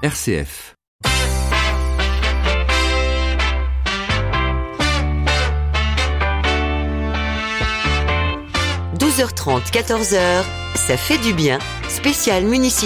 RCF. « 12h30, 14h, ça fait du bien, spécial municipal. »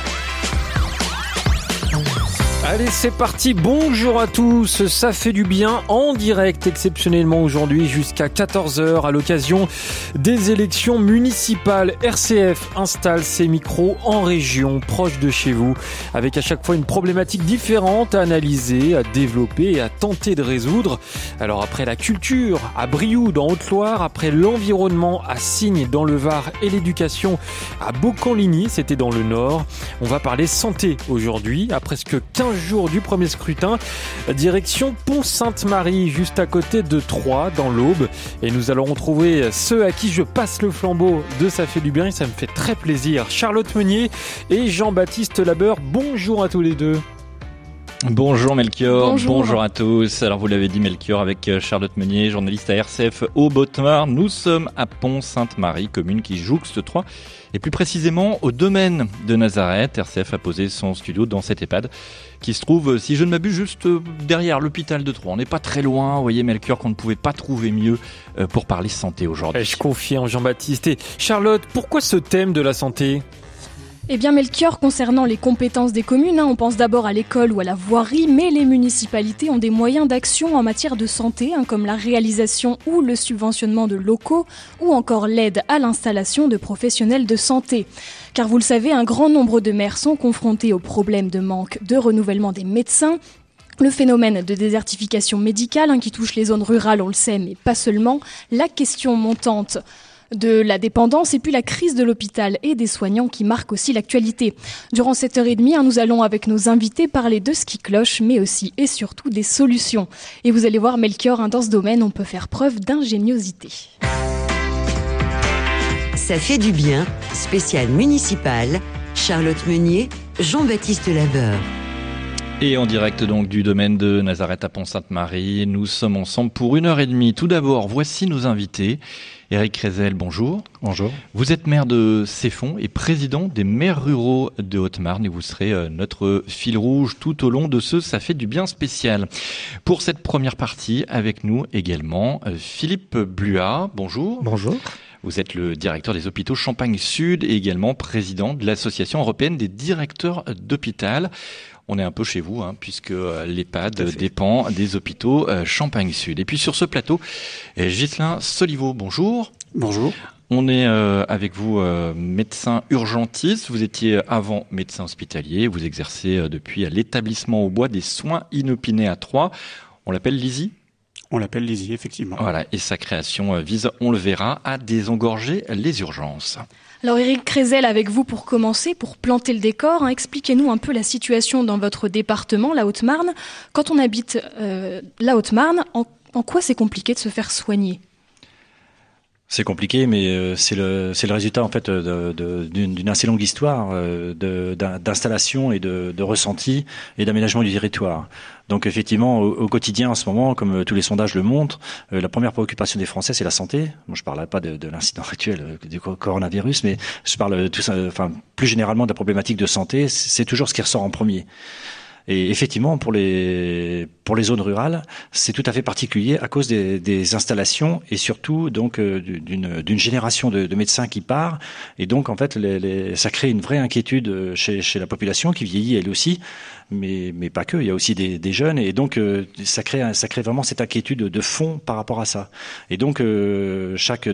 Allez, c'est parti, bonjour à tous, ça fait du bien en direct exceptionnellement aujourd'hui jusqu'à 14h à l'occasion des élections municipales. RCF installe ses micros en région, proche de chez vous, avec à chaque fois une problématique différente à analyser, à développer et à tenter de résoudre. Alors après la culture à Brioude en Haute-Loire, après l'environnement à Signes dans le Var et l'éducation à Beaucamp-Ligny, c'était dans le Nord, on va parler santé aujourd'hui, à presque 15 jours du premier scrutin, direction Pont-Sainte-Marie, juste à côté de Troyes, dans l'Aube. Et nous allons retrouver ceux à qui je passe le flambeau de Ça fait du bien, et ça me fait très plaisir. Charlotte Meunier et Jean-Baptiste Labeur, bonjour à tous les deux. Bonjour Melchior, bonjour à tous. Alors vous l'avez dit Melchior avec Charlotte Meunier, journaliste à RCF au Haut-Loire. Nous sommes à Pont-Sainte-Marie, commune qui jouxte Troyes et plus précisément au domaine de Nazareth. RCF a posé son studio dans cette EHPAD qui se trouve, si je ne m'abuse, juste derrière l'hôpital de Troyes. On n'est pas très loin, vous voyez Melchior, qu'on ne pouvait pas trouver mieux pour parler santé aujourd'hui. Je confirme Jean-Baptiste. Et Charlotte, pourquoi ce thème de la santé ? Eh bien Melchior, concernant les compétences des communes, on pense d'abord à l'école ou à la voirie, mais les municipalités ont des moyens d'action en matière de santé, comme la réalisation ou le subventionnement de locaux, ou encore l'aide à l'installation de professionnels de santé. Car vous le savez, un grand nombre de maires sont confrontés au problème de manque de renouvellement des médecins. Le phénomène de désertification médicale qui touche les zones rurales, on le sait, mais pas seulement. La question montante de la dépendance et puis la crise de l'hôpital et des soignants qui marquent aussi l'actualité. Durant cette heure et demie, nous allons avec nos invités parler de ce qui cloche, mais aussi et surtout des solutions. Et vous allez voir Melchior, dans ce domaine, on peut faire preuve d'ingéniosité. Ça fait du bien, spécial municipal. Charlotte Meunier, Jean-Baptiste Labeur. Et en direct donc du domaine de Nazareth à Pont-Sainte-Marie, nous sommes ensemble pour 1h30. Tout d'abord, voici nos invités. Éric Crézel, bonjour. Bonjour. Vous êtes maire de Ceffonds et président des maires ruraux de Haute-Marne et vous serez notre fil rouge tout au long de ce Ça fait du bien spécial. Pour cette première partie, avec nous également Philippe Bluat, bonjour. Bonjour. Vous êtes le directeur des hôpitaux Champagne-Sud et également président de l'Association européenne des directeurs d'hôpital. On est un peu chez vous, puisque l'EHPAD dépend des hôpitaux Champagne-Sud. Et puis sur ce plateau, Ghislain Soliveau, bonjour. Bonjour. On est avec vous médecin urgentiste. Vous étiez avant médecin hospitalier. Vous exercez depuis l'établissement au bois des soins inopinés à Troyes. On l'appelle l'ISI ? On l'appelle l'ISI, effectivement. Voilà, et sa création vise, on le verra, à désengorger les urgences. Alors Éric Crézel, avec vous pour commencer, pour planter le décor, expliquez-nous un peu la situation dans votre département, la Haute-Marne. Quand on habite la Haute-Marne, en quoi c'est compliqué de se faire soigner ? C'est compliqué, mais c'est le résultat en fait d'une assez longue histoire d'installation et de ressenti et d'aménagement du territoire. Donc effectivement, au quotidien en ce moment, comme tous les sondages le montrent, la première préoccupation des Français, c'est la santé. Moi, je parle pas de l'incident actuel du coronavirus, mais je parle plus généralement de la problématique de santé. C'est toujours ce qui ressort en premier. Et effectivement, pour les zones rurales, c'est tout à fait particulier à cause des installations et surtout donc d'une génération de médecins qui part. Et donc en fait, ça crée une vraie inquiétude chez la population qui vieillit elle aussi. Mais pas que, il y a aussi des jeunes et donc ça crée vraiment cette inquiétude de fond par rapport à ça. Et donc nous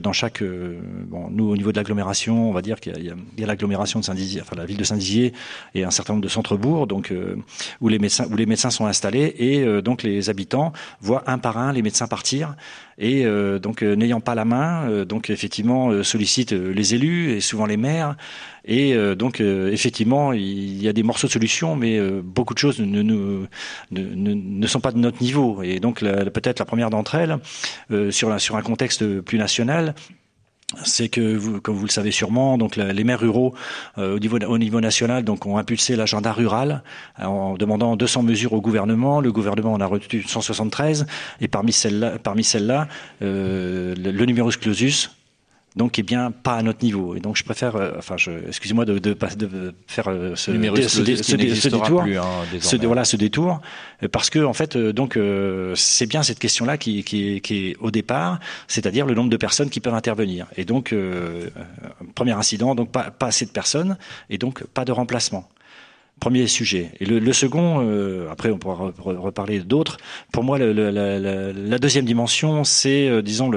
au niveau de l'agglomération, on va dire qu'il y a l'agglomération de Saint-Dizier, enfin la ville de Saint-Dizier et un certain nombre de centres-bourgs donc où les médecins sont installés et donc les habitants voient un par un les médecins partir et donc n'ayant pas la main donc effectivement sollicitent les élus et souvent les maires. Et donc effectivement, il y a des morceaux de solutions, mais beaucoup de choses ne sont pas de notre niveau. Et donc peut-être la première d'entre elles, sur un contexte plus national, c'est que, comme vous le savez sûrement, donc les maires ruraux au niveau national donc ont impulsé l'agenda rural en demandant 200 mesures au gouvernement. Le gouvernement en a retenu 173 et parmi celles-là, le numerus clausus donc qui est bien pas à notre niveau. Et donc je préfère, excusez-moi de faire ce détour, ce détour, parce que en fait, c'est bien cette question-là qui est au départ, c'est-à-dire le nombre de personnes qui peuvent intervenir. Et donc, premier incident, donc pas assez de personnes, et donc pas de remplacement. Premier sujet. Et le second, après on pourra reparler d'autres. Pour moi, la deuxième dimension, c'est,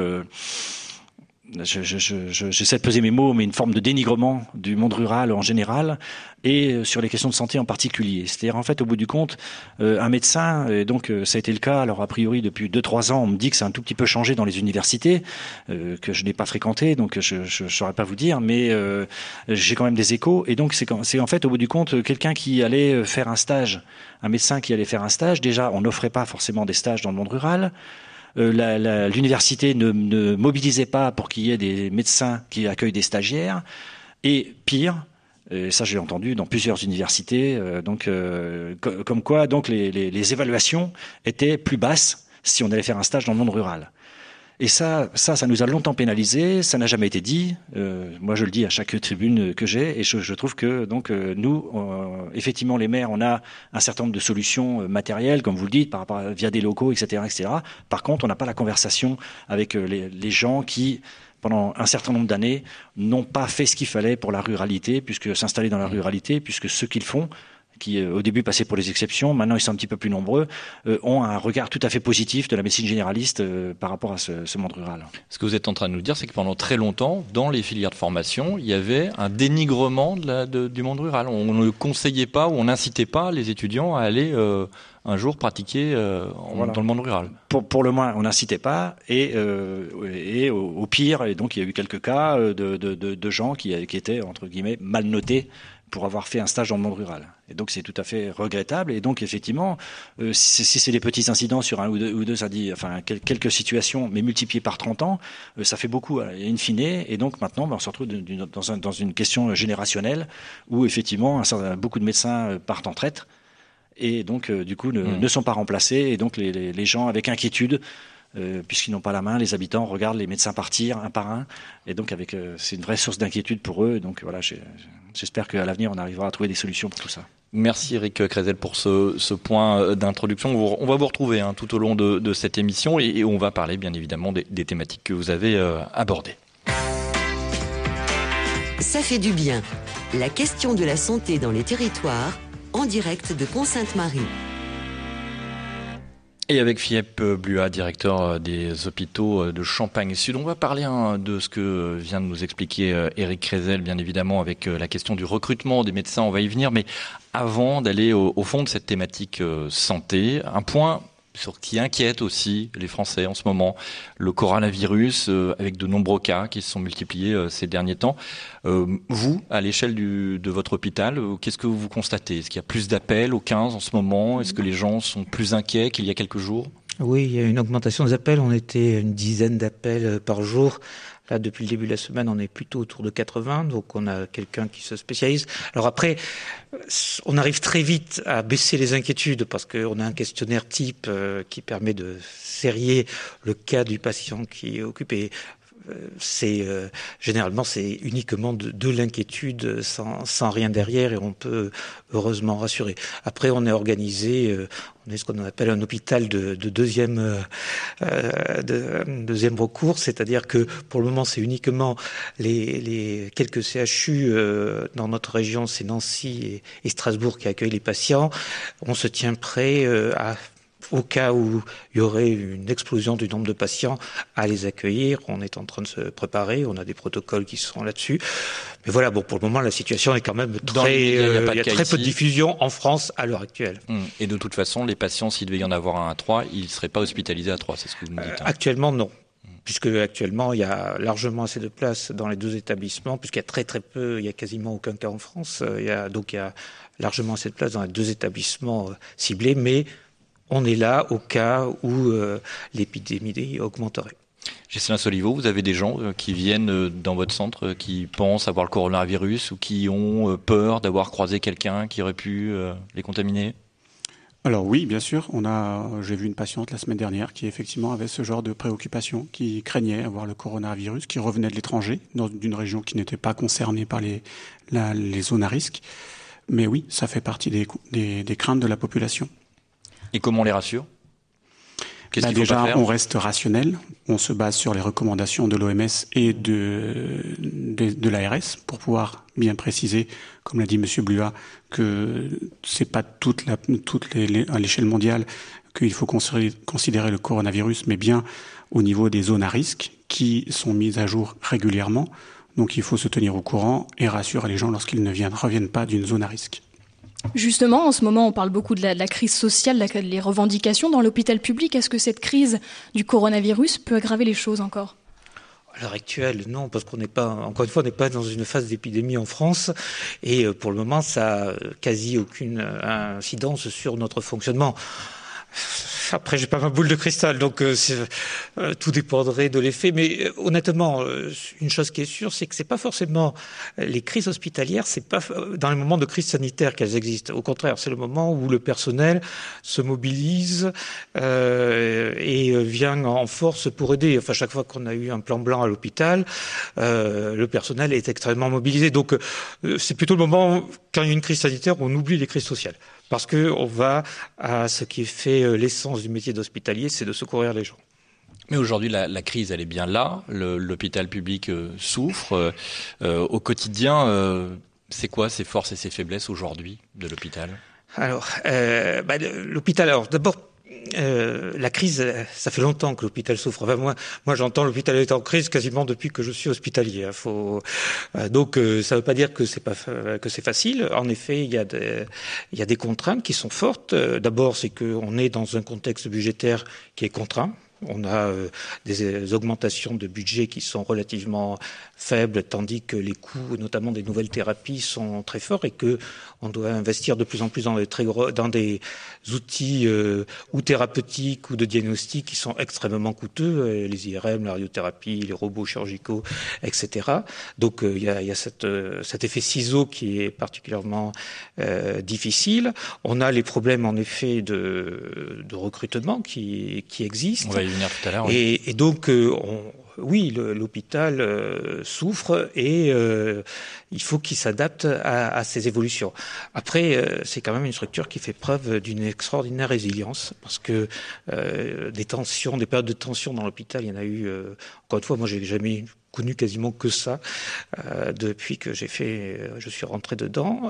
j'essaie de peser mes mots, mais une forme de dénigrement du monde rural en général et sur les questions de santé en particulier. C'est-à-dire, en fait, au bout du compte, un médecin, et donc ça a été le cas, alors a priori depuis 2-3 ans, on me dit que c'est un tout petit peu changé dans les universités, que je n'ai pas fréquenté, donc je saurais pas vous dire, mais j'ai quand même des échos. Et donc c'est en fait, au bout du compte, quelqu'un qui allait faire un stage, un médecin qui allait faire un stage, déjà, on n'offrait pas forcément des stages dans le monde rural. L'université ne mobilisait pas pour qu'il y ait des médecins qui accueillent des stagiaires. Et pire, et ça j'ai entendu dans plusieurs universités, comme quoi donc les évaluations étaient plus basses si on allait faire un stage dans le monde rural. Et ça nous a longtemps pénalisé, ça n'a jamais été dit. Moi, je le dis à chaque tribune que j'ai, et je trouve que nous, effectivement, les maires, on a un certain nombre de solutions matérielles, comme vous le dites, via des locaux, etc., etc. Par contre, on n'a pas la conversation avec les gens qui, pendant un certain nombre d'années, n'ont pas fait ce qu'il fallait pour la ruralité, puisque s'installer dans la ruralité, puisque ceux qui le font, qui au début passaient pour les exceptions, maintenant ils sont un petit peu plus nombreux, ont un regard tout à fait positif de la médecine généraliste par rapport à ce monde rural. Ce que vous êtes en train de nous dire, c'est que pendant très longtemps, dans les filières de formation, il y avait un dénigrement du monde rural. On ne conseillait pas ou on n'incitait pas les étudiants à aller un jour pratiquer dans le monde rural. Pour le moins, on n'incitait pas, et au pire, et donc il y a eu quelques cas de gens qui étaient, entre guillemets, mal notés pour avoir fait un stage dans le monde rural. Et donc c'est tout à fait regrettable. Et donc effectivement, si c'est des petits incidents sur un ou deux, ça dit, enfin quelques situations, mais multipliées par 30 ans, ça fait beaucoup in fine. Et donc maintenant, on se retrouve dans une question générationnelle où effectivement beaucoup de médecins partent en retraite et donc du coup ne sont pas remplacés. Et donc les gens avec inquiétude, puisqu'ils n'ont pas la main, les habitants regardent les médecins partir un par un, et donc c'est une vraie source d'inquiétude pour eux. Donc voilà, j'espère qu'à l'avenir on arrivera à trouver des solutions pour tout ça. Merci Eric Crézel pour ce point d'introduction. On va vous retrouver tout au long de cette émission, et on va parler bien évidemment des thématiques que vous avez abordées. Ça fait du bien. La question de la santé dans les territoires, en direct de Pont-Sainte-Marie. Et avec Philippe Bluat, directeur des hôpitaux de Champagne-Sud, on va parler de ce que vient de nous expliquer Eric Crézel, bien évidemment, avec la question du recrutement des médecins, on va y venir. Mais avant d'aller au fond de cette thématique santé, un point qui inquiète aussi les Français en ce moment, le coronavirus, avec de nombreux cas qui se sont multipliés ces derniers temps. Vous, à l'échelle de votre hôpital, qu'est-ce que vous constatez ? Est-ce qu'il y a plus d'appels au 15 en ce moment ? Est-ce que les gens sont plus inquiets qu'il y a quelques jours ? Oui, il y a une augmentation des appels. On était une dizaine d'appels par jour. Là, depuis le début de la semaine, on est plutôt autour de 80, donc on a quelqu'un qui se spécialise. Alors après, on arrive très vite à baisser les inquiétudes parce qu'on a un questionnaire type qui permet de sérier le cas du patient qui est occupé. Généralement c'est uniquement de l'inquiétude sans rien derrière, et on peut heureusement rassurer. Après, on est organisé, on est ce qu'on appelle un hôpital de deuxième recours, c'est-à-dire que pour le moment c'est uniquement les quelques CHU dans notre région, c'est Nancy et Strasbourg qui accueillent les patients. On se tient prêt au cas où il y aurait une explosion du nombre de patients, à les accueillir. On est en train de se préparer, on a des protocoles qui seront là-dessus. Mais voilà, pour le moment, la situation est quand même il y a très peu de diffusion en France à l'heure actuelle. Et de toute façon, les patients, s'il devait y en avoir un à Troyes, ils ne seraient pas hospitalisés à Troyes, c'est ce que vous nous dites. Actuellement, non. Puisque actuellement, il y a largement assez de places dans les deux établissements, puisqu'il y a très très peu, il y a quasiment aucun cas en France. Donc il y a largement assez de places dans les deux établissements ciblés, mais on est là au cas où l'épidémie augmenterait. Jocelyn Soliveau, vous avez des gens qui viennent dans votre centre qui pensent avoir le coronavirus ou qui ont peur d'avoir croisé quelqu'un qui aurait pu les contaminer ? Alors oui, bien sûr. J'ai vu une patiente la semaine dernière qui effectivement avait ce genre de préoccupation, qui craignait avoir le coronavirus, qui revenait de l'étranger, d'une région qui n'était pas concernée par les zones à risque. Mais oui, ça fait partie des craintes de la population. Et comment on les rassure ? Qu'est-ce qu'il faut déjà, pas faire ? on reste rationnel. On se base sur les recommandations de l'OMS et de l'ARS pour pouvoir bien préciser, comme l'a dit Monsieur Bluat, que c'est pas à l'échelle mondiale qu'il faut considérer le coronavirus, mais bien au niveau des zones à risque qui sont mises à jour régulièrement. Donc il faut se tenir au courant et rassurer les gens lorsqu'ils ne reviennent pas d'une zone à risque. Justement, en ce moment, on parle beaucoup de la crise sociale, les revendications dans l'hôpital public. Est-ce que cette crise du coronavirus peut aggraver les choses encore ? À l'heure actuelle, non, parce qu'on n'est pas, encore une fois, on n'est pas dans une phase d'épidémie en France, et pour le moment, ça a quasi aucune incidence sur notre fonctionnement. Après, j'ai pas ma boule de cristal, donc tout dépendrait de l'effet. Mais honnêtement, une chose qui est sûre, c'est que c'est pas forcément les crises hospitalières, c'est pas dans les moments de crise sanitaire qu'elles existent. Au contraire, c'est le moment où le personnel se mobilise et vient en force pour aider. Enfin, chaque fois qu'on a eu un plan blanc à l'hôpital, le personnel est extrêmement mobilisé. Donc, c'est plutôt le moment quand il y a une crise sanitaire, on oublie les crises sociales. Parce que on va à ce qui fait l'essence du métier d'hospitalier, c'est de secourir les gens. Mais aujourd'hui, la crise, elle est bien là. L'hôpital public souffre. Au quotidien, c'est quoi ses forces et ses faiblesses aujourd'hui de l'hôpital ? Alors, l'hôpital, d'abord, la crise, ça fait longtemps que l'hôpital souffre. Enfin, moi, j'entends l'hôpital est en crise quasiment depuis que je suis hospitalier. Donc, ça ne veut pas dire que c'est facile. En effet, il y a des contraintes qui sont fortes. D'abord, c'est qu'on est dans un contexte budgétaire qui est contraint. On a des augmentations de budget qui sont relativement faibles, tandis que les coûts, notamment des nouvelles thérapies, sont très forts et que on doit investir de plus en plus dans des outils ou thérapeutiques ou de diagnostic qui sont extrêmement coûteux, les IRM, la radiothérapie, les robots chirurgicaux, etc. Donc il y a cet effet ciseau qui est particulièrement difficile. On a les problèmes en effet de recrutement qui existent. On va y venir tout à l'heure. Oui. Et donc oui, l'hôpital souffre et il faut qu'il s'adapte à ces évolutions. Après, c'est quand même une structure qui fait preuve d'une extraordinaire résilience parce que des périodes de tension dans l'hôpital, il y en a eu. Encore une fois, moi, j'ai jamais connu quasiment que ça depuis que je suis rentré dedans.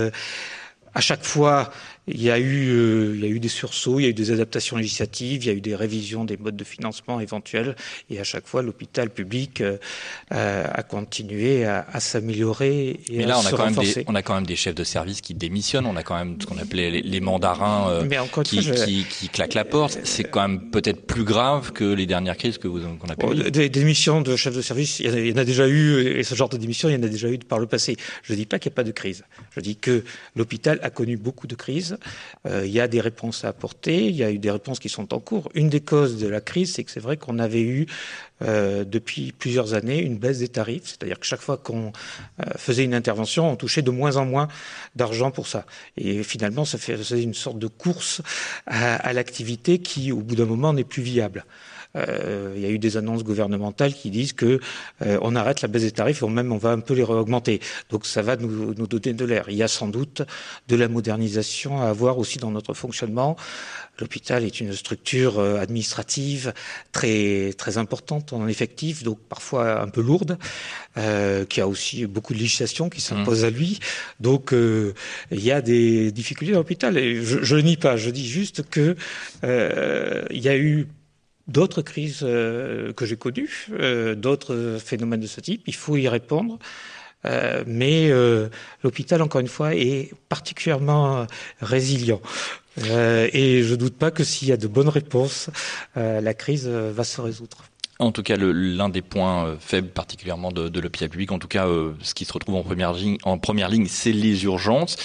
À chaque fois, il y a eu des sursauts, il y a eu des adaptations législatives, il y a eu des révisions des modes de financement éventuels, et à chaque fois, l'hôpital public a continué à s'améliorer et à se renforcer. On a quand même des chefs de service qui démissionnent, on a quand même ce qu'on appelait les mandarins qui claquent la porte. C'est quand même peut-être plus grave que les dernières crises qu'on a pu vivre. Des démissions de chefs de service, il y en a déjà eu, et ce genre de démission, il y en a déjà eu par le passé. Je ne dis pas qu'il n'y a pas de crise. Je dis que l'hôpital a connu beaucoup de crises. Il y a des réponses à apporter, il y a eu des réponses qui sont en cours. Une des causes de la crise, c'est que c'est vrai qu'on avait eu depuis plusieurs années une baisse des tarifs, c'est-à-dire que chaque fois qu'on faisait une intervention, on touchait de moins en moins d'argent pour ça. Et finalement, ça faisait une sorte de course à l'activité qui, au bout d'un moment, n'est plus viable. Il y a eu des annonces gouvernementales qui disent que on arrête la baisse des tarifs et on va un peu les réaugmenter. Donc ça va nous donner de l'air. Il y a sans doute de la modernisation à avoir aussi dans notre fonctionnement. L'hôpital est une structure administrative très très importante en effectif, donc parfois un peu lourde, qui a aussi beaucoup de législation qui s'impose à lui. Donc il y a des difficultés dans l'hôpital. Et je le nie pas. Je dis juste que il y a eu d'autres crises que j'ai connues, d'autres phénomènes de ce type. Il faut y répondre. Mais l'hôpital, encore une fois, est particulièrement résilient. Et je ne doute pas que s'il y a de bonnes réponses, la crise va se résoudre. En tout cas, l'un des points faibles particulièrement de l'hôpital public, en tout cas ce qui se retrouve en première ligne, c'est les urgences.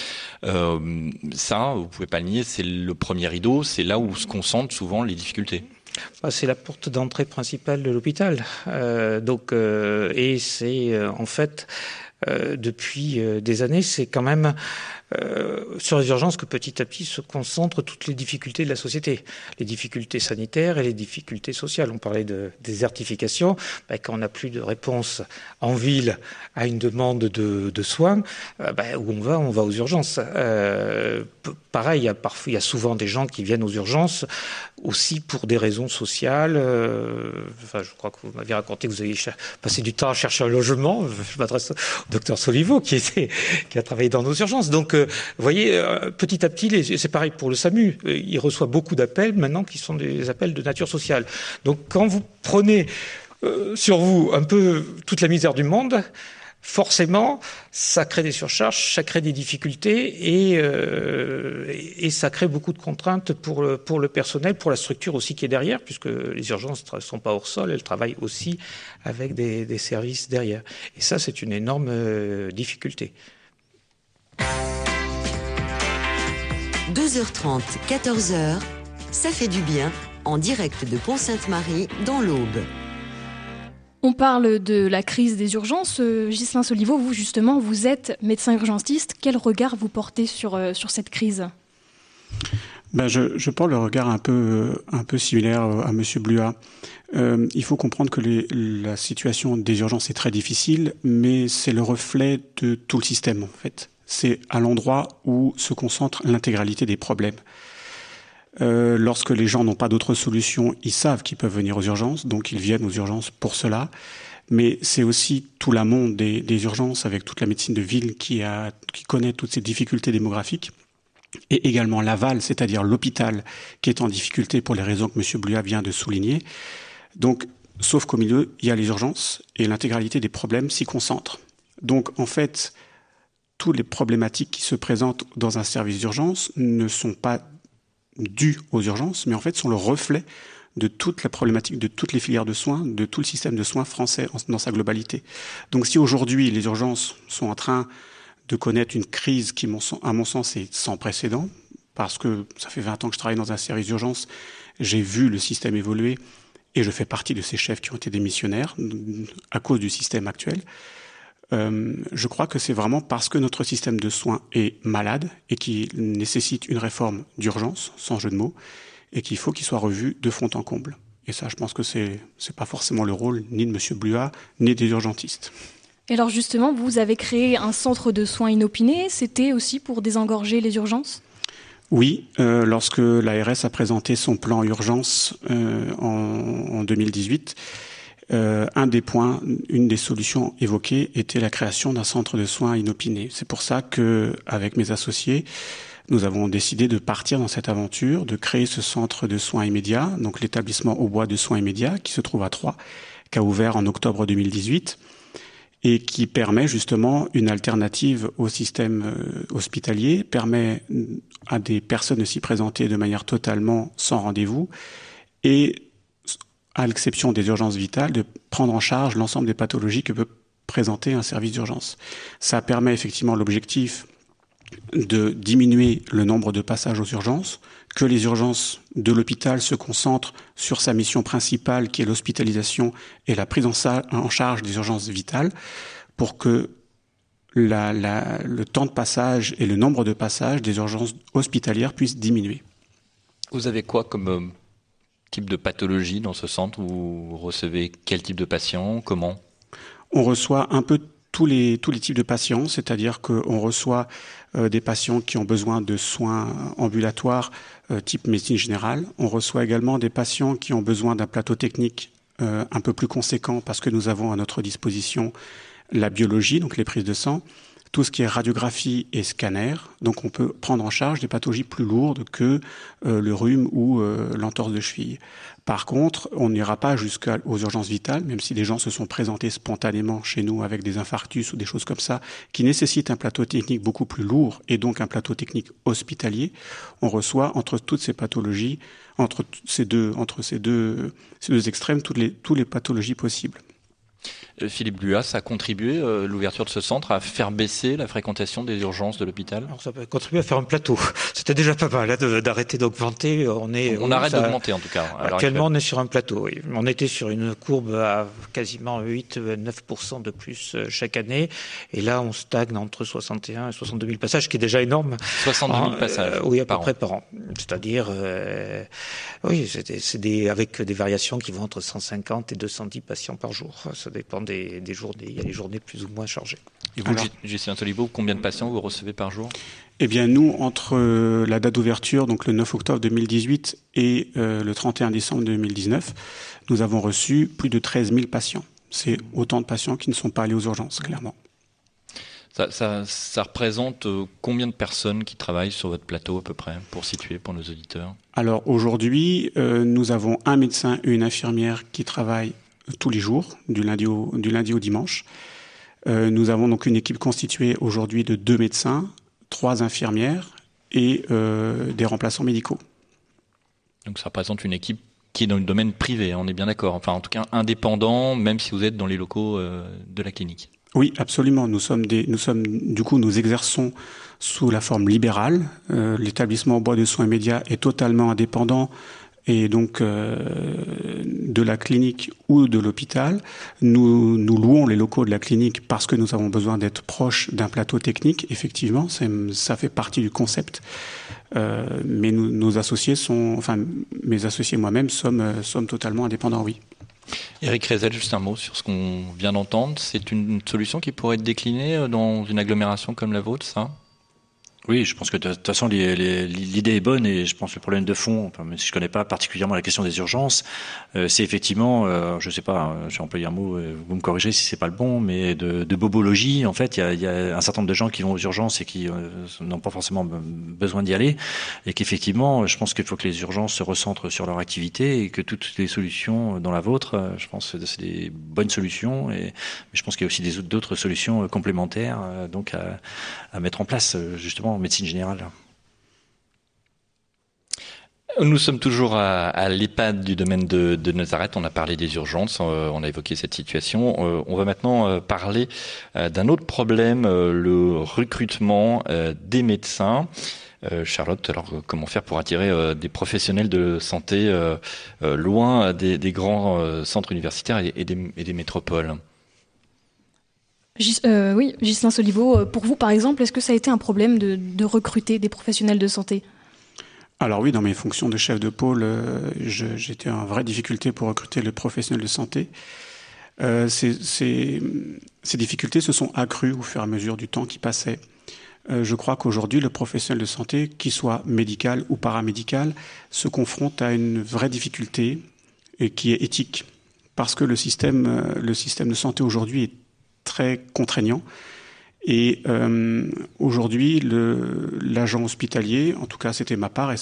Ça, vous pouvez pas le nier, c'est le premier rideau, c'est là où se concentrent souvent les difficultés. C'est la porte d'entrée principale de l'hôpital. Et c'est en fait depuis des années, c'est quand même sur les urgences que petit à petit se concentrent toutes les difficultés de la société, les difficultés sanitaires et les difficultés sociales. On parlait de désertification. Quand on n'a plus de réponse en ville à une demande de soins, où on va aux urgences. Pareil, il y a souvent des gens qui viennent aux urgences aussi pour des raisons sociales. Je crois que vous m'aviez raconté que vous aviez passé du temps à chercher un logement. Je m'adresse au docteur Soliveau qui a travaillé dans nos urgences. Donc, vous voyez, petit à petit, c'est pareil pour le SAMU. Il reçoit beaucoup d'appels maintenant qui sont des appels de nature sociale. Donc, quand vous prenez sur vous un peu toute la misère du monde, forcément, ça crée des surcharges, ça crée des difficultés et ça crée beaucoup de contraintes pour le personnel, pour la structure aussi qui est derrière, puisque les urgences ne sont pas hors sol, elles travaillent aussi avec des services derrière. Et ça, c'est une énorme difficulté. 12h30, 14h, ça fait du bien, en direct de Pont-Sainte-Marie, dans l'Aube. On parle de la crise des urgences. Ghislain Soliveau, vous justement, vous êtes médecin urgentiste. Quel regard vous portez sur cette crise ? Je porte le regard un peu similaire à Monsieur Bluat. Il faut comprendre que la situation des urgences est très difficile, mais c'est le reflet de tout le système en fait. C'est à l'endroit où se concentre l'intégralité des problèmes. Lorsque les gens n'ont pas d'autre solution, ils savent qu'ils peuvent venir aux urgences, donc ils viennent aux urgences pour cela. Mais c'est aussi tout l'amont des urgences, avec toute la médecine de ville qui connaît toutes ces difficultés démographiques. Et également l'aval, c'est-à-dire l'hôpital, qui est en difficulté pour les raisons que M. Bluat vient de souligner. Donc, sauf qu'au milieu, il y a les urgences, et l'intégralité des problèmes s'y concentre. Donc, en fait, toutes les problématiques qui se présentent dans un service d'urgence ne sont pas dues aux urgences, mais en fait sont le reflet de toute la problématique, de toutes les filières de soins, de tout le système de soins français dans sa globalité. Donc si aujourd'hui les urgences sont en train de connaître une crise qui, à mon sens, est sans précédent, parce que ça fait 20 ans que je travaille dans un service d'urgence, j'ai vu le système évoluer et je fais partie de ces chefs qui ont été démissionnaires à cause du système actuel. Je crois que c'est vraiment parce que notre système de soins est malade et qu'il nécessite une réforme d'urgence, sans jeu de mots, et qu'il faut qu'il soit revu de fond en comble. Et ça, je pense que c'est pas forcément le rôle ni de M. Bluat, ni des urgentistes. Et alors justement, vous avez créé un centre de soins inopinés, c'était aussi pour désengorger les urgences ? Oui, lorsque l'ARS a présenté son plan urgence en 2018, une des solutions évoquées était la création d'un centre de soins inopiné. C'est pour ça que, avec mes associés, nous avons décidé de partir dans cette aventure, de créer ce centre de soins immédiats, donc l'établissement Aubois de soins immédiats, qui se trouve à Troyes, qui a ouvert en octobre 2018, et qui permet justement une alternative au système hospitalier, permet à des personnes de s'y présenter de manière totalement sans rendez-vous, et à l'exception des urgences vitales, de prendre en charge l'ensemble des pathologies que peut présenter un service d'urgence. Ça permet effectivement l'objectif de diminuer le nombre de passages aux urgences, que les urgences de l'hôpital se concentrent sur sa mission principale qui est l'hospitalisation et la prise en charge des urgences vitales, pour que le temps de passage et le nombre de passages des urgences hospitalières puissent diminuer. Vous avez quoi comme type de pathologie dans ce centre? Vous recevez quel type de patients? Comment? On reçoit un peu tous les types de patients, c'est-à-dire qu'on reçoit des patients qui ont besoin de soins ambulatoires type médecine générale. On reçoit également des patients qui ont besoin d'un plateau technique un peu plus conséquent parce que nous avons à notre disposition la biologie, donc les prises de sang, tout ce qui est radiographie et scanner. Donc on peut prendre en charge des pathologies plus lourdes que le rhume ou l'entorse de cheville. Par contre, on n'ira pas jusqu'aux urgences vitales, même si des gens se sont présentés spontanément chez nous avec des infarctus ou des choses comme ça, qui nécessitent un plateau technique beaucoup plus lourd et donc un plateau technique hospitalier. On reçoit entre toutes ces pathologies, entre ces deux extrêmes, toutes les pathologies possibles. Philippe Bluat, ça a contribué, l'ouverture de ce centre, à faire baisser la fréquentation des urgences de l'hôpital? Alors, ça peut contribuer à faire un plateau. C'était déjà pas mal d'arrêter d'augmenter. On arrête d'augmenter en tout cas. Actuellement, on est sur un plateau. Oui. On était sur une courbe à quasiment 8-9% de plus chaque année. Et là, on stagne entre 61 et 62 000 passages, ce qui est déjà énorme. 62 000 passages oui, à peu près par an. C'est-à-dire, oui, avec des variations qui vont entre 150 et 210 patients par jour. Ça dépend des journées. Il y a les journées plus ou moins chargées. Et vous, Ghislain Soliveau, combien de patients vous recevez par jour? Eh bien, nous, entre la date d'ouverture, donc le 9 octobre 2018 et le 31 décembre 2019, nous avons reçu plus de 13 000 patients. C'est autant de patients qui ne sont pas allés aux urgences, clairement. Ça représente combien de personnes qui travaillent sur votre plateau à peu près, pour situer pour nos auditeurs? Alors aujourd'hui, nous avons un médecin et une infirmière qui travaillent tous les jours, du lundi au dimanche. Nous avons donc une équipe constituée aujourd'hui de 2 médecins, 3 infirmières et des remplaçants médicaux. Donc ça représente une équipe qui est dans le domaine privé, on est bien d'accord. Enfin, en tout cas, indépendant, même si vous êtes dans les locaux de la clinique. Oui, absolument. Nous exerçons sous la forme libérale. L'établissement Bois de Soins Immédiats est totalement indépendant et donc de la clinique ou de l'hôpital. Nous louons les locaux de la clinique parce que nous avons besoin d'être proches d'un plateau technique. Effectivement, ça fait partie du concept. Mais nos associés mes associés et moi-même sommes totalement indépendants, oui. Éric Rezel, juste un mot sur ce qu'on vient d'entendre. C'est une solution qui pourrait être déclinée dans une agglomération comme la vôtre, ça? Oui, je pense que de toute façon l'idée est bonne et je pense que le problème de fond, même si je connais pas particulièrement la question des urgences, c'est effectivement, je sais pas, j'ai employé un mot, vous me corrigez si c'est pas le bon, mais de bobologie. En fait, il y a un certain nombre de gens qui vont aux urgences et qui n'ont pas forcément besoin d'y aller, et qu'effectivement, je pense qu'il faut que les urgences se recentrent sur leur activité et que toutes les solutions dans la vôtre, je pense que c'est des bonnes solutions, mais je pense qu'il y a aussi d'autres solutions complémentaires, donc à mettre en place justement en médecine générale. Nous sommes toujours à l'EHPAD du domaine de Nazareth. On a parlé des urgences, on a évoqué cette situation. On va maintenant parler d'un autre problème, le recrutement des médecins. Charlotte, alors comment faire pour attirer des professionnels de santé loin des grands centres universitaires et des métropoles? Oui, Ghislain Soliveau, pour vous par exemple, est-ce que ça a été un problème de recruter des professionnels de santé? Alors oui, dans mes fonctions de chef de pôle, j'étais en vraie difficulté pour recruter le professionnel de santé. Ces difficultés se sont accrues au fur et à mesure du temps qui passait. Je crois qu'aujourd'hui, le professionnel de santé, qu'il soit médical ou paramédical, se confronte à une vraie difficulté et qui est éthique. Parce que le système de santé aujourd'hui est très contraignant. Et aujourd'hui, l'agent hospitalier, en tout cas c'était ma part,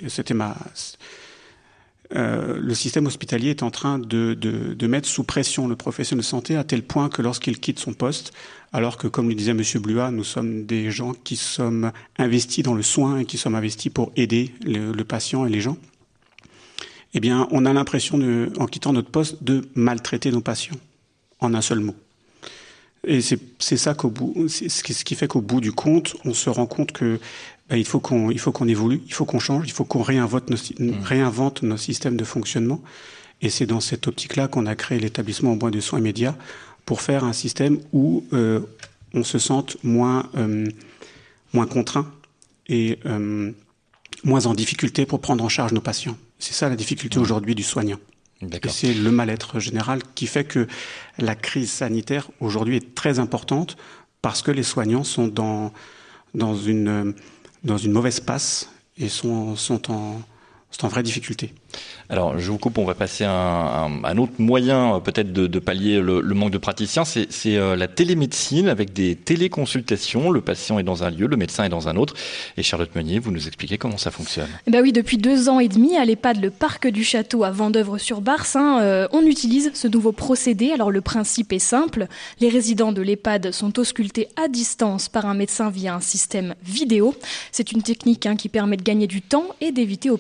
le système hospitalier est en train de mettre sous pression le professionnel de santé à tel point que lorsqu'il quitte son poste, alors que comme le disait M. Bluat, nous sommes des gens qui sommes investis dans le soin et qui sommes investis pour aider le patient et les gens, eh bien on a l'impression, en quittant notre poste, de maltraiter nos patients, en un seul mot. Et c'est ça ce qui fait qu'au bout du compte, on se rend compte que il faut qu'on évolue, il faut qu'on change, il faut qu'on réinvente nos systèmes de fonctionnement. Et c'est dans cette optique-là qu'on a créé l'établissement Bois de Soins Immédiats pour faire un système où on se sente moins contraint et moins en difficulté pour prendre en charge nos patients. C'est ça la difficulté aujourd'hui du soignant. Et c'est le mal-être général qui fait que la crise sanitaire aujourd'hui est très importante parce que les soignants sont dans une mauvaise passe et sont en vraie difficulté. Alors, je vous coupe, on va passer à un autre moyen peut-être de pallier le manque de praticiens, c'est la télémédecine avec des téléconsultations. Le patient est dans un lieu, le médecin est dans un autre. Et Charlotte Meunier, vous nous expliquez comment ça fonctionne. Oui, depuis 2 ans et demi, à l'EHPAD Le Parc du Château à Vendeuvre-sur-Barse, on utilise ce nouveau procédé. Alors, le principe est simple. Les résidents de l'EHPAD sont auscultés à distance par un médecin via un système vidéo. C'est une technique qui permet de gagner du temps et d'éviter aux patients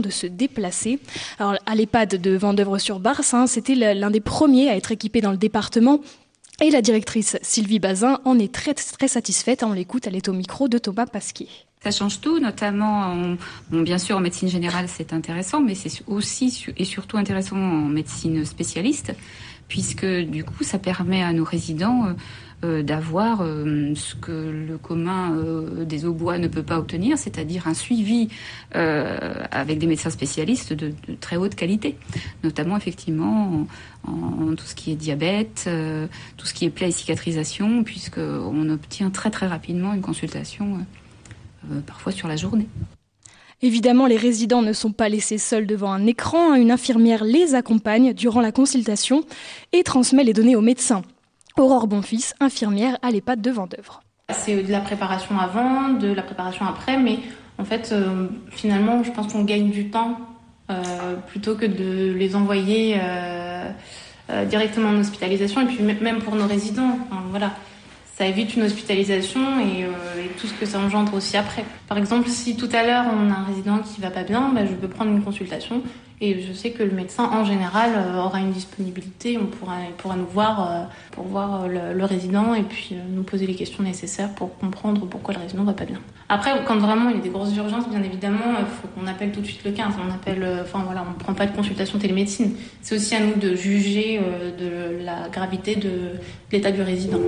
de se déplacer. Alors, à l'EHPAD de Vendeuvre-sur-Barse, c'était l'un des premiers à être équipé dans le département. Et la directrice Sylvie Bazin en est très, très satisfaite. On l'écoute, elle est au micro de Thomas Pasquier. Ça change tout, notamment, bien sûr en médecine générale c'est intéressant, mais c'est aussi et surtout intéressant en médecine spécialiste, puisque du coup ça permet à nos résidents d'avoir ce que le commun des Aubois ne peut pas obtenir, c'est-à-dire un suivi avec des médecins spécialistes de très haute qualité, notamment effectivement en tout ce qui est diabète, tout ce qui est plaies et cicatrisation, puisqu'on obtient très très rapidement une consultation parfois sur la journée. Évidemment, les résidents ne sont pas laissés seuls devant un écran. Une infirmière les accompagne durant la consultation et transmet les données aux médecins. Aurore Bonfils, infirmière à l'EHPAD de Vendeuvre. C'est de la préparation avant, de la préparation après, mais en fait, finalement, je pense qu'on gagne du temps plutôt que de les envoyer directement en hospitalisation. Et puis même pour nos résidents, voilà. Ça évite une hospitalisation et tout ce que ça engendre aussi après. Par exemple, si tout à l'heure on a un résident qui va pas bien, je peux prendre une consultation et je sais que le médecin en général aura une disponibilité. Il pourra nous voir pour voir le résident et puis nous poser les questions nécessaires pour comprendre pourquoi le résident va pas bien. Après, quand vraiment il y a des grosses urgences, bien évidemment, il faut qu'on appelle tout de suite le 15. On prend pas de consultation télémédecine. C'est aussi à nous de juger de la gravité de l'état du résident.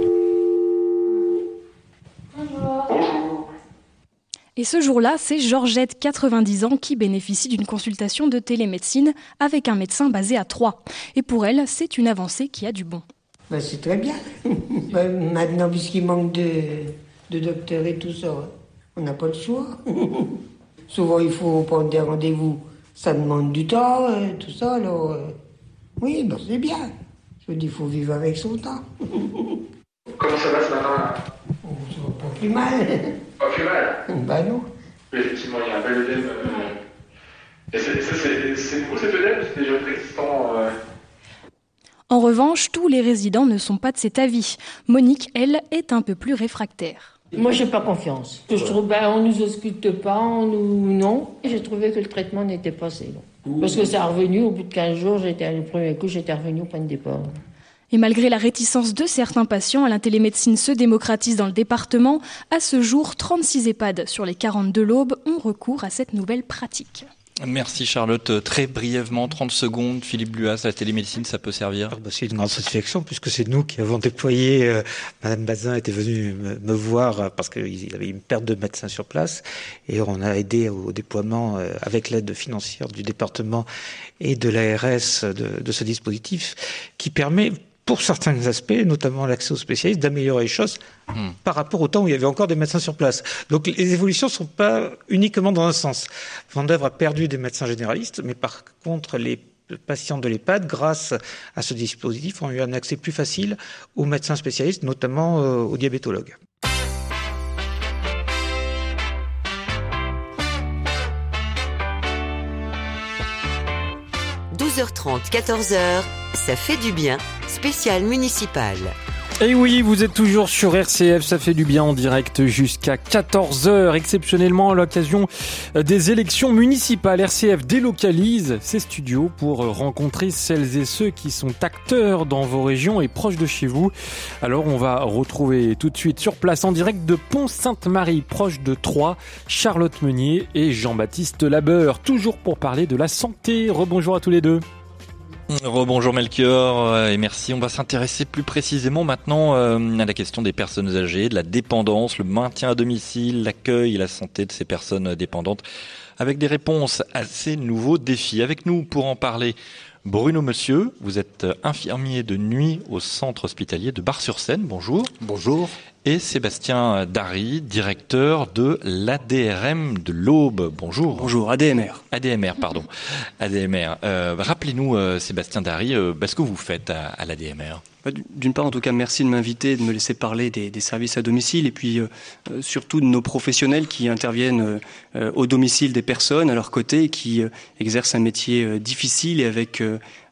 Bonjour. Et ce jour-là, c'est Georgette, 90 ans, qui bénéficie d'une consultation de télémédecine avec un médecin basé à Troyes. Et pour elle, c'est une avancée qui a du bon. C'est très bien. Maintenant, puisqu'il manque de docteurs et tout ça, on n'a pas le choix. Souvent, il faut prendre des rendez-vous. Ça demande du temps, tout ça. Alors, oui, c'est bien. Je dis, il faut vivre avec son temps. Comment ça va ce matin? Ça va pas plus mal. Pas plus mal? Non. Mais effectivement, il y a un bel œdème. Et c'est cool cet œdème, c'est déjà existant. En revanche, tous les résidents ne sont pas de cet avis. Monique, elle, est un peu plus réfractaire. Moi, j'ai pas confiance. Je trouve, on nous ausculte pas, non. J'ai trouvé que le traitement n'était pas assez long. Parce que ça a revenu, au bout de 15 jours, le premier coup, j'étais revenu au point de départ. Et malgré la réticence de certains patients, la télémédecine se démocratise dans le département. À ce jour, 36 EHPAD sur les 40 de l'Aube ont recours à cette nouvelle pratique. Merci Charlotte. Très brièvement, 30 secondes, Philippe Bluas, la télémédecine, ça peut servir? C'est une grande satisfaction puisque c'est nous qui avons déployé. Madame Bazin était venue me voir parce qu'il y avait une perte de médecins sur place et on a aidé au déploiement avec l'aide financière du département et de l'ARS de ce dispositif qui permet, pour certains aspects, notamment l'accès aux spécialistes, d'améliorer les choses par rapport au temps où il y avait encore des médecins sur place. Donc les évolutions ne sont pas uniquement dans un sens. Vendeuvre a perdu des médecins généralistes, mais par contre les patients de l'EHPAD, grâce à ce dispositif, ont eu un accès plus facile aux médecins spécialistes, notamment aux diabétologues. – 12h30, 14h, ça fait du bien, spécial municipal. Et oui, vous êtes toujours sur RCF, ça fait du bien en direct jusqu'à 14h. Exceptionnellement, à l'occasion des élections municipales, RCF délocalise ses studios pour rencontrer celles et ceux qui sont acteurs dans vos régions et proches de chez vous. Alors, on va retrouver tout de suite sur place en direct de Pont-Sainte-Marie, proche de Troyes, Charlotte Meunier et Jean-Baptiste Labeur, toujours pour parler de la santé. Rebonjour à tous les deux. Rebonjour Melchior et merci. On va s'intéresser plus précisément maintenant à la question des personnes âgées, de la dépendance, le maintien à domicile, l'accueil et la santé de ces personnes dépendantes avec des réponses à ces nouveaux défis. Avec nous pour en parler, Bruno Monsieur, vous êtes infirmier de nuit au centre hospitalier de Bar-sur-Seine. Bonjour. Bonjour. Et Sébastien Dary, directeur de l'ADRM de l'Aube. Bonjour. Bonjour, ADMR. ADMR, pardon. ADMR. Rappelez-nous, Sébastien Dary, ce que vous faites à l'ADMR. D'une part, en tout cas, merci de m'inviter, de me laisser parler des services à domicile et puis surtout de nos professionnels qui interviennent au domicile des personnes, à leur côté, qui exercent un métier difficile et avec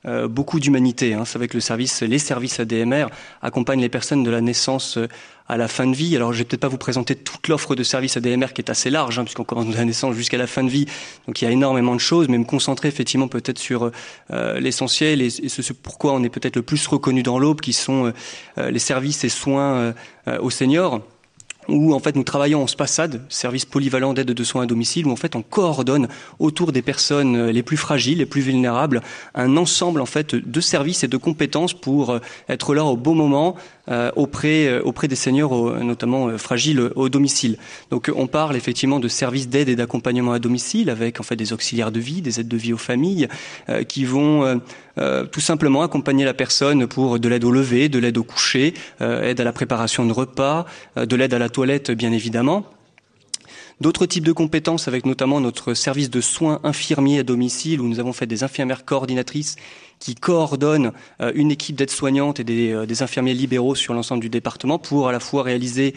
beaucoup d'humanité. C'est vrai que les services ADMR accompagnent les personnes de la naissance à la fin de vie. Alors, je vais peut-être pas vous présenter toute l'offre de services ADMR qui est assez large, puisqu'on commence de la naissance jusqu'à la fin de vie. Donc, il y a énormément de choses, mais me concentrer effectivement peut-être sur l'essentiel et ce pourquoi on est peut-être le plus reconnu dans l'Aube, qui sont les services et soins aux seniors, où en fait nous travaillons en SPASAD, service polyvalent d'aide de soins à domicile, où en fait on coordonne autour des personnes les plus fragiles, les plus vulnérables, un ensemble en fait de services et de compétences pour être là au bon moment auprès des seniors notamment fragiles au domicile. Donc on parle effectivement de services d'aide et d'accompagnement à domicile avec en fait des auxiliaires de vie, des aides de vie aux familles qui vont tout simplement accompagner la personne pour de l'aide au lever, de l'aide au coucher, aide à la préparation de repas, de l'aide à la toilette bien évidemment. D'autres types de compétences avec notamment notre service de soins infirmiers à domicile où nous avons fait des infirmières coordinatrices qui coordonnent une équipe d'aides-soignantes et des infirmiers libéraux sur l'ensemble du département pour à la fois réaliser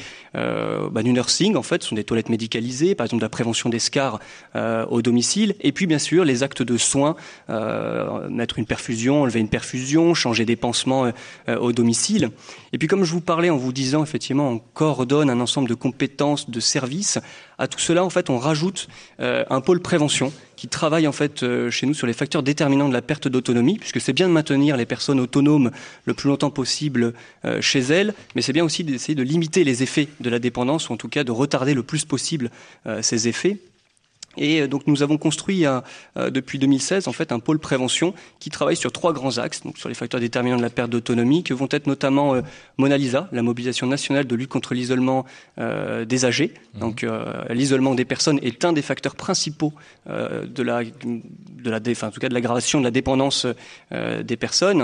du nursing, en fait, ce sont des toilettes médicalisées, par exemple de la prévention des SCAR au domicile, et puis bien sûr les actes de soins, mettre une perfusion, enlever une perfusion, changer des pansements au domicile. Et puis comme je vous parlais en vous disant effectivement on coordonne un ensemble de compétences, de services, à tout cela en fait on rajoute un pôle prévention qui travaille en fait chez nous sur les facteurs déterminants de la perte d'autonomie, puisque c'est bien de maintenir les personnes autonomes le plus longtemps possible chez elles, mais c'est bien aussi d'essayer de limiter les effets de la dépendance, ou en tout cas de retarder le plus possible ces effets. Et donc nous avons construit depuis 2016 en fait un pôle prévention qui travaille sur 3 grands axes, donc sur les facteurs déterminants de la perte d'autonomie, que vont être notamment Mona Lisa, la mobilisation nationale de lutte contre l'isolement des âgés. Donc l'isolement des personnes est un des facteurs principaux de l'aggravation de la dépendance des personnes.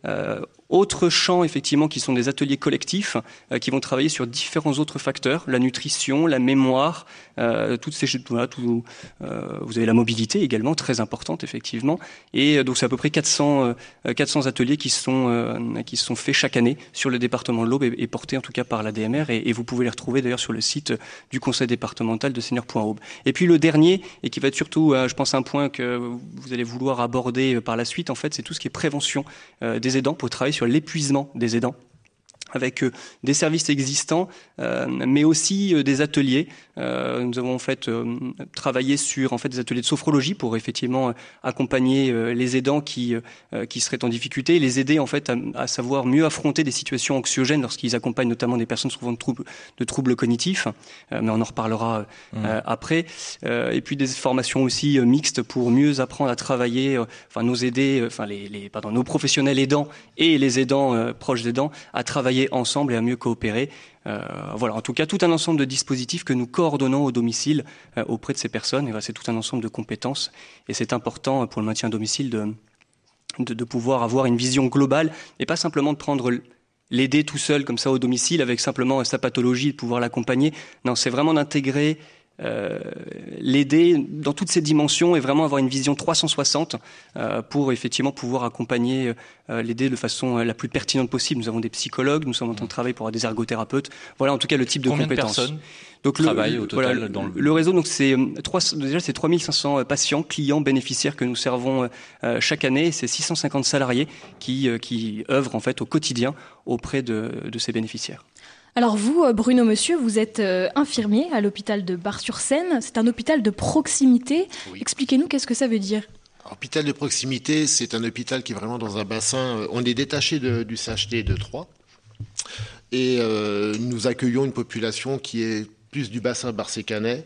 Autre champ, effectivement, qui sont des ateliers collectifs qui vont travailler sur différents autres facteurs, la nutrition, la mémoire, toutes ces choses. Voilà, vous avez la mobilité également, très importante, effectivement. Et donc, c'est à peu près 400 ateliers qui sont faits chaque année sur le département de l'Aube et portés en tout cas par l'ADMR. Et vous pouvez les retrouver d'ailleurs sur le site du conseil départemental de seniors.aube. Et puis le dernier, et qui va être surtout, je pense, un point que vous allez vouloir aborder par la suite, en fait, c'est tout ce qui est prévention des aidants pour travailler sur l'épuisement des aidants avec des services existants, mais aussi des ateliers. Nous avons en fait travaillé sur en fait des ateliers de sophrologie pour effectivement accompagner les aidants qui seraient en difficulté, les aider en fait à savoir mieux affronter des situations anxiogènes lorsqu'ils accompagnent notamment des personnes souffrant de troubles cognitifs. Mais on en reparlera après. Et puis des formations aussi mixtes pour mieux apprendre à travailler, nos professionnels aidants et les aidants proches d'aidants à travailler ensemble et à mieux coopérer. Voilà, en tout cas, tout un ensemble de dispositifs que nous coordonnons au domicile auprès de ces personnes. Et voilà, c'est tout un ensemble de compétences. Et c'est important pour le maintien à domicile de pouvoir avoir une vision globale et pas simplement de prendre l'aider tout seul comme ça au domicile avec simplement sa pathologie et de pouvoir l'accompagner. Non, c'est vraiment d'intégrer l'aider dans toutes ses dimensions et vraiment avoir une vision 360 pour effectivement pouvoir accompagner l'aider de façon la plus pertinente possible. Nous avons des psychologues, nous sommes en train de travailler pour avoir des ergothérapeutes. Voilà en tout cas le type de compétences. Combien de personnes donc travaillent au total dans le réseau, donc c'est 3500 patients, clients, bénéficiaires que nous servons chaque année. C'est 650 salariés qui œuvrent en fait au quotidien auprès de ces bénéficiaires. Alors vous, Bruno Monsieur, vous êtes infirmier à l'hôpital de Bar-sur-Seine. C'est un hôpital de proximité. Oui. Expliquez-nous qu'est-ce que ça veut dire. Hôpital de proximité, c'est un hôpital qui est vraiment dans un bassin. On est détaché du CHT de Troyes et nous accueillons une population qui est plus du bassin barsécanais.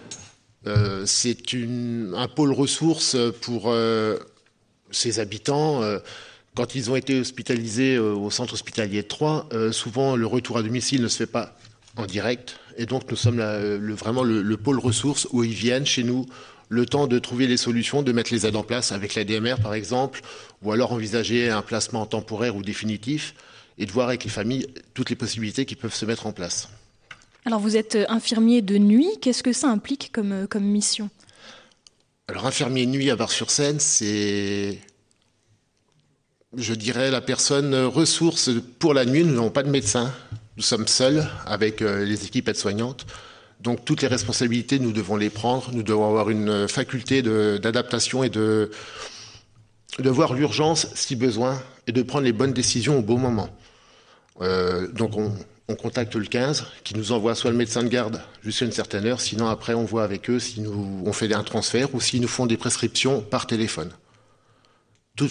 C'est un pôle ressource pour ses habitants. Quand ils ont été hospitalisés au centre hospitalier de Troyes, souvent le retour à domicile ne se fait pas en direct. Et donc nous sommes vraiment le pôle ressources où ils viennent chez nous le temps de trouver les solutions, de mettre les aides en place avec l'ADMR par exemple, ou alors envisager un placement temporaire ou définitif et de voir avec les familles toutes les possibilités qui peuvent se mettre en place. Alors vous êtes infirmier de nuit, qu'est-ce que ça implique comme mission ? Alors infirmier de nuit à Bar-sur-Seine, c'est... Je dirais la personne ressource pour la nuit. Nous n'avons pas de médecin. Nous sommes seuls avec les équipes aides-soignantes. Donc toutes les responsabilités, nous devons les prendre. Nous devons avoir une faculté d'adaptation et de de voir l'urgence si besoin et de prendre les bonnes décisions au bon moment. Donc on contacte le 15 qui nous envoie soit le médecin de garde jusqu'à une certaine heure, sinon après on voit avec eux si on fait un transfert ou s'ils nous font des prescriptions par téléphone. Tout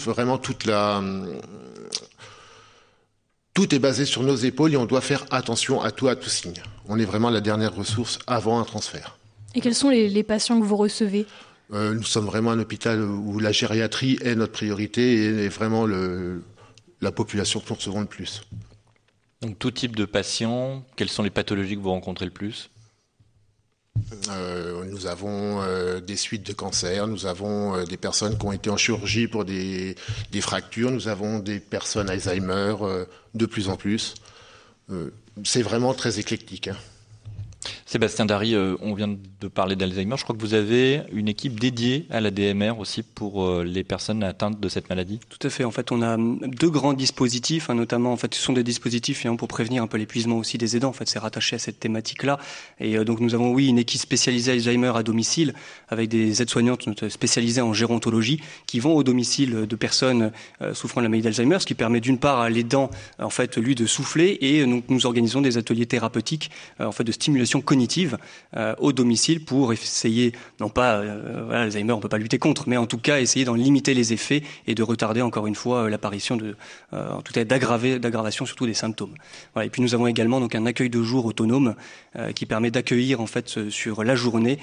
est basé sur nos épaules et on doit faire attention à tout signe. On est vraiment la dernière ressource avant un transfert. Et quels sont les patients que vous recevez ? Nous sommes vraiment un hôpital où la gériatrie est notre priorité et est vraiment la population que nous recevons le plus. Donc tout type de patients, quelles sont les pathologies que vous rencontrez le plus ? Nous avons des suites de cancer, nous avons des personnes qui ont été en chirurgie pour des fractures, nous avons des personnes Alzheimer de plus en plus. C'est vraiment très éclectique. Sébastien Dary, on vient de parler d'Alzheimer. Je crois que vous avez une équipe dédiée à la DMR aussi pour les personnes atteintes de cette maladie. Tout à fait. En fait, on a 2 grands dispositifs, notamment, en fait, ce sont des dispositifs pour prévenir un peu l'épuisement aussi des aidants. En fait, c'est rattaché à cette thématique-là. Et donc, nous avons, une équipe spécialisée Alzheimer à domicile avec des aides-soignantes spécialisées en gérontologie qui vont au domicile de personnes souffrant de la maladie d'Alzheimer, ce qui permet d'une part à l'aidant, en fait, lui, de souffler. Et donc, nous organisons des ateliers thérapeutiques, en fait, de stimulation cognitive au domicile pour essayer, non pas, Alzheimer on peut pas lutter contre, mais en tout cas essayer d'en limiter les effets et de retarder encore une fois l'apparition en tout cas d'aggravation surtout des symptômes. Voilà. Et puis nous avons également donc un accueil de jour autonome qui permet d'accueillir en fait sur la journée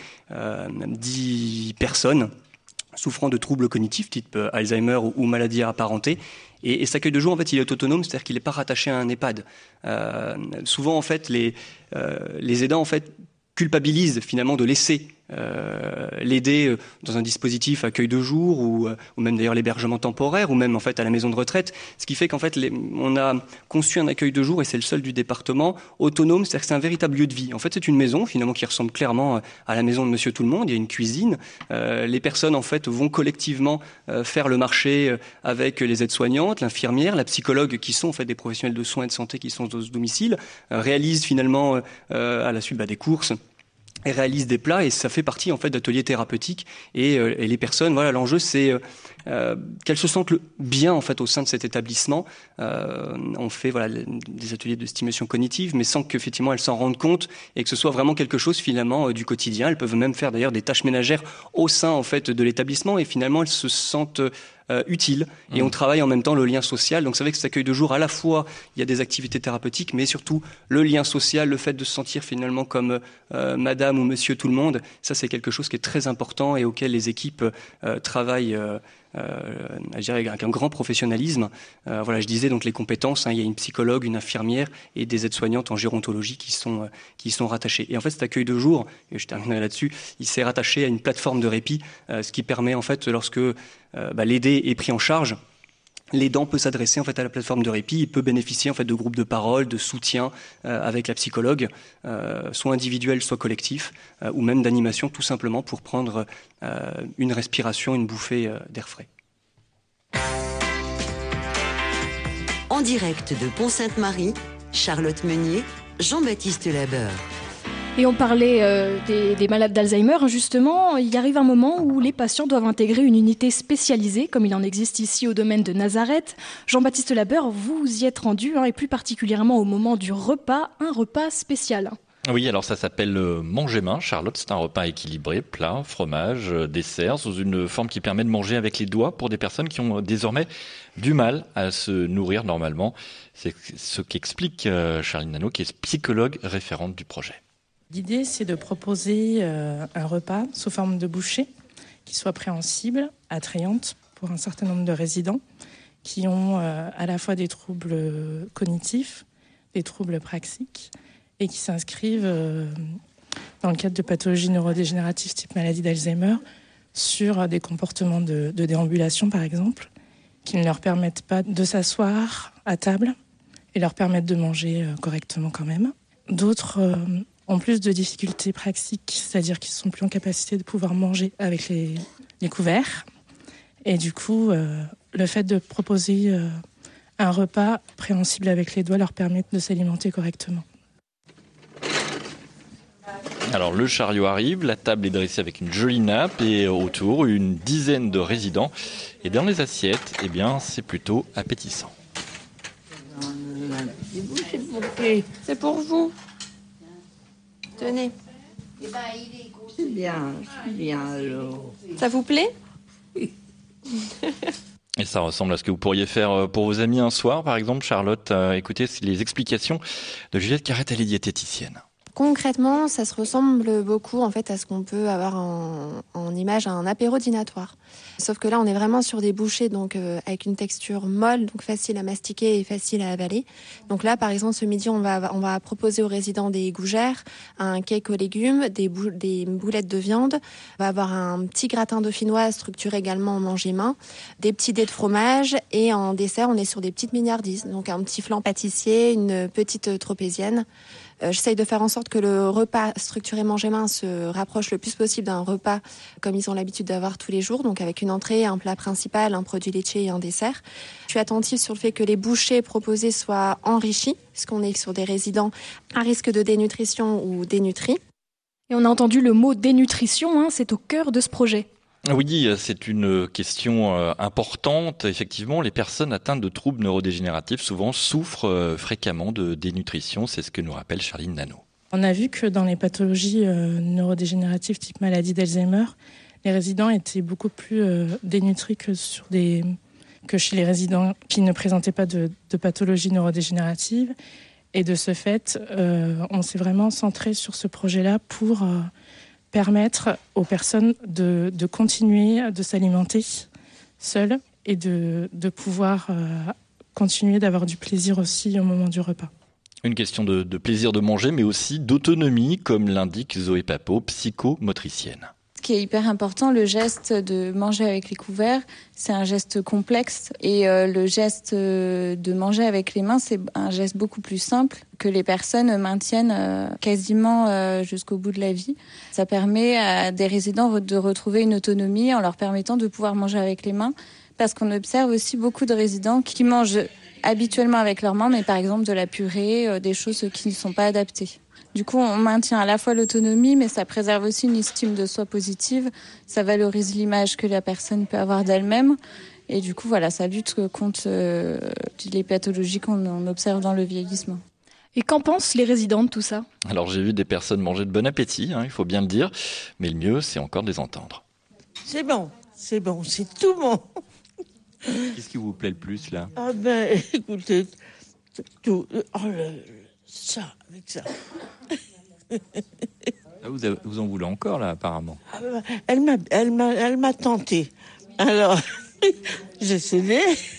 10 personnes souffrant de troubles cognitifs type Alzheimer ou maladie apparentée. Et cet accueil de jour, en fait, il est autonome, c'est-à-dire qu'il n'est pas rattaché à un EHPAD. Souvent, en fait, les aidants, en fait, culpabilisent finalement de laisser l'aider dans un dispositif accueil de jour ou même d'ailleurs l'hébergement temporaire ou même en fait à la maison de retraite, ce qui fait qu'en fait on a conçu un accueil de jour et c'est le seul du département autonome, c'est-à-dire que c'est un véritable lieu de vie. En fait, c'est une maison finalement qui ressemble clairement à la maison de Monsieur Tout le Monde. Il y a une cuisine, les personnes en fait vont collectivement faire le marché avec les aides-soignantes, l'infirmière, la psychologue qui sont en fait des professionnels de soins et de santé qui sont au domicile, réalisent finalement à la suite des courses. Et réalise des plats et ça fait partie en fait d'ateliers thérapeutiques et les personnes, voilà, l'enjeu c'est qu'elles se sentent bien en fait au sein de cet établissement. On fait des ateliers de stimulation cognitive, mais sans qu'effectivement elles s'en rendent compte et que ce soit vraiment quelque chose finalement du quotidien. Elles peuvent même faire d'ailleurs des tâches ménagères au sein en fait de l'établissement et finalement elles se sentent utiles et on travaille en même temps le lien social. Donc c'est vrai que cet accueil de jour, à la fois il y a des activités thérapeutiques, mais surtout le lien social, le fait de se sentir finalement comme Madame ou Monsieur Tout le Monde. Ça c'est quelque chose qui est très important et auquel les équipes travaillent. Je dirais avec un grand professionnalisme. Voilà, je disais donc les compétences. Il y a une psychologue, une infirmière et des aides-soignantes en gérontologie qui sont rattachées. Et en fait, cet accueil de jour, et je terminerai là-dessus, il s'est rattaché à une plateforme de répit, ce qui permet en fait, lorsque l'aidé est pris en charge, l'aidant peut s'adresser en fait à la plateforme de répit, il peut bénéficier en fait de groupes de parole, de soutien avec la psychologue, soit individuel, soit collectif, ou même d'animation tout simplement pour prendre une respiration, une bouffée d'air frais. En direct de Pont-Sainte-Marie, Charlotte Meunier, Jean-Baptiste Labeur. Et on parlait des malades d'Alzheimer, justement. Il arrive un moment où les patients doivent intégrer une unité spécialisée, comme il en existe ici au domaine de Nazareth. Jean-Baptiste Labeur, vous y êtes rendu, et plus particulièrement au moment du repas, un repas spécial. Oui, alors ça s'appelle manger main, Charlotte. C'est un repas équilibré, plat, fromage, dessert, sous une forme qui permet de manger avec les doigts pour des personnes qui ont désormais du mal à se nourrir normalement. C'est ce qu'explique Charline Nano, qui est psychologue référente du projet. L'idée, c'est de proposer un repas sous forme de bouchée qui soit préhensible, attrayante pour un certain nombre de résidents qui ont à la fois des troubles cognitifs, des troubles praxiques et qui s'inscrivent dans le cadre de pathologies neurodégénératives type maladie d'Alzheimer sur des comportements de déambulation, par exemple, qui ne leur permettent pas de s'asseoir à table et leur permettent de manger correctement quand même. D'autres ont plus de difficultés praxiques, c'est-à-dire qu'ils ne sont plus en capacité de pouvoir manger avec les couverts. Et du coup, le fait de proposer un repas préhensible avec les doigts leur permet de s'alimenter correctement. Alors le chariot arrive, la table est dressée avec une jolie nappe et autour une dizaine de résidents. Et dans les assiettes, eh bien, c'est plutôt appétissant. Un petit bout, s'il vous plaît. C'est pour vous. Tenez. C'est bien alors. Ça vous plaît? Et ça ressemble à ce que vous pourriez faire pour vos amis un soir, par exemple. Charlotte, écoutez les explications de Juliette Carrette, elle est diététicienne. Concrètement, ça se ressemble beaucoup en fait à ce qu'on peut avoir en image un apéro dînatoire. Sauf que là, on est vraiment sur des bouchées donc avec une texture molle, donc facile à mastiquer et facile à avaler. Donc là, par exemple, ce midi, on va proposer aux résidents des gougères, un cake aux légumes, des boulettes de viande. On va avoir un petit gratin dauphinois structuré également en manger main, des petits dés de fromage et en dessert, on est sur des petites mignardises. Donc un petit flan pâtissier, une petite tropézienne. J'essaye de faire en sorte que le repas structuré manger main se rapproche le plus possible d'un repas comme ils ont l'habitude d'avoir tous les jours, donc avec une entrée, un plat principal, un produit laitier et un dessert. Je suis attentive sur le fait que les bouchées proposées soient enrichies, puisqu'on est sur des résidents à risque de dénutrition ou dénutris. Et on a entendu le mot dénutrition, c'est au cœur de ce projet. Oui, c'est une question importante. Effectivement, les personnes atteintes de troubles neurodégénératifs souvent souffrent fréquemment de dénutrition. C'est ce que nous rappelle Charline Nano. On a vu que dans les pathologies neurodégénératives type maladie d'Alzheimer, les résidents étaient beaucoup plus dénutris que chez les résidents qui ne présentaient pas de pathologie neurodégénérative. Et de ce fait, on s'est vraiment centré sur ce projet-là pour permettre aux personnes de continuer de s'alimenter seules et de pouvoir continuer d'avoir du plaisir aussi au moment du repas. Une question de plaisir de manger, mais aussi d'autonomie, comme l'indique Zoé Papot, psychomotricienne. Ce qui est hyper important, le geste de manger avec les couverts, c'est un geste complexe. Et le geste de manger avec les mains, c'est un geste beaucoup plus simple que les personnes maintiennent quasiment jusqu'au bout de la vie. Ça permet à des résidents de retrouver une autonomie en leur permettant de pouvoir manger avec les mains. Parce qu'on observe aussi beaucoup de résidents qui mangent habituellement avec leurs mains, mais par exemple de la purée, des choses qui ne sont pas adaptées. Du coup, on maintient à la fois l'autonomie, mais ça préserve aussi une estime de soi positive. Ça valorise l'image que la personne peut avoir d'elle-même. Et du coup, voilà, ça lutte contre les pathologies qu'on observe dans le vieillissement. Et qu'en pensent les résidents de tout ça? Alors, j'ai vu des personnes manger de bon appétit, il faut bien le dire. Mais le mieux, c'est encore de les entendre. C'est bon, c'est tout bon. Qu'est-ce qui vous plaît le plus, là? Ah ben, écoutez, tout... ça, avec ça. Vous en voulez encore, là, apparemment. Elle m'a tenté. Alors, j'ai cédé.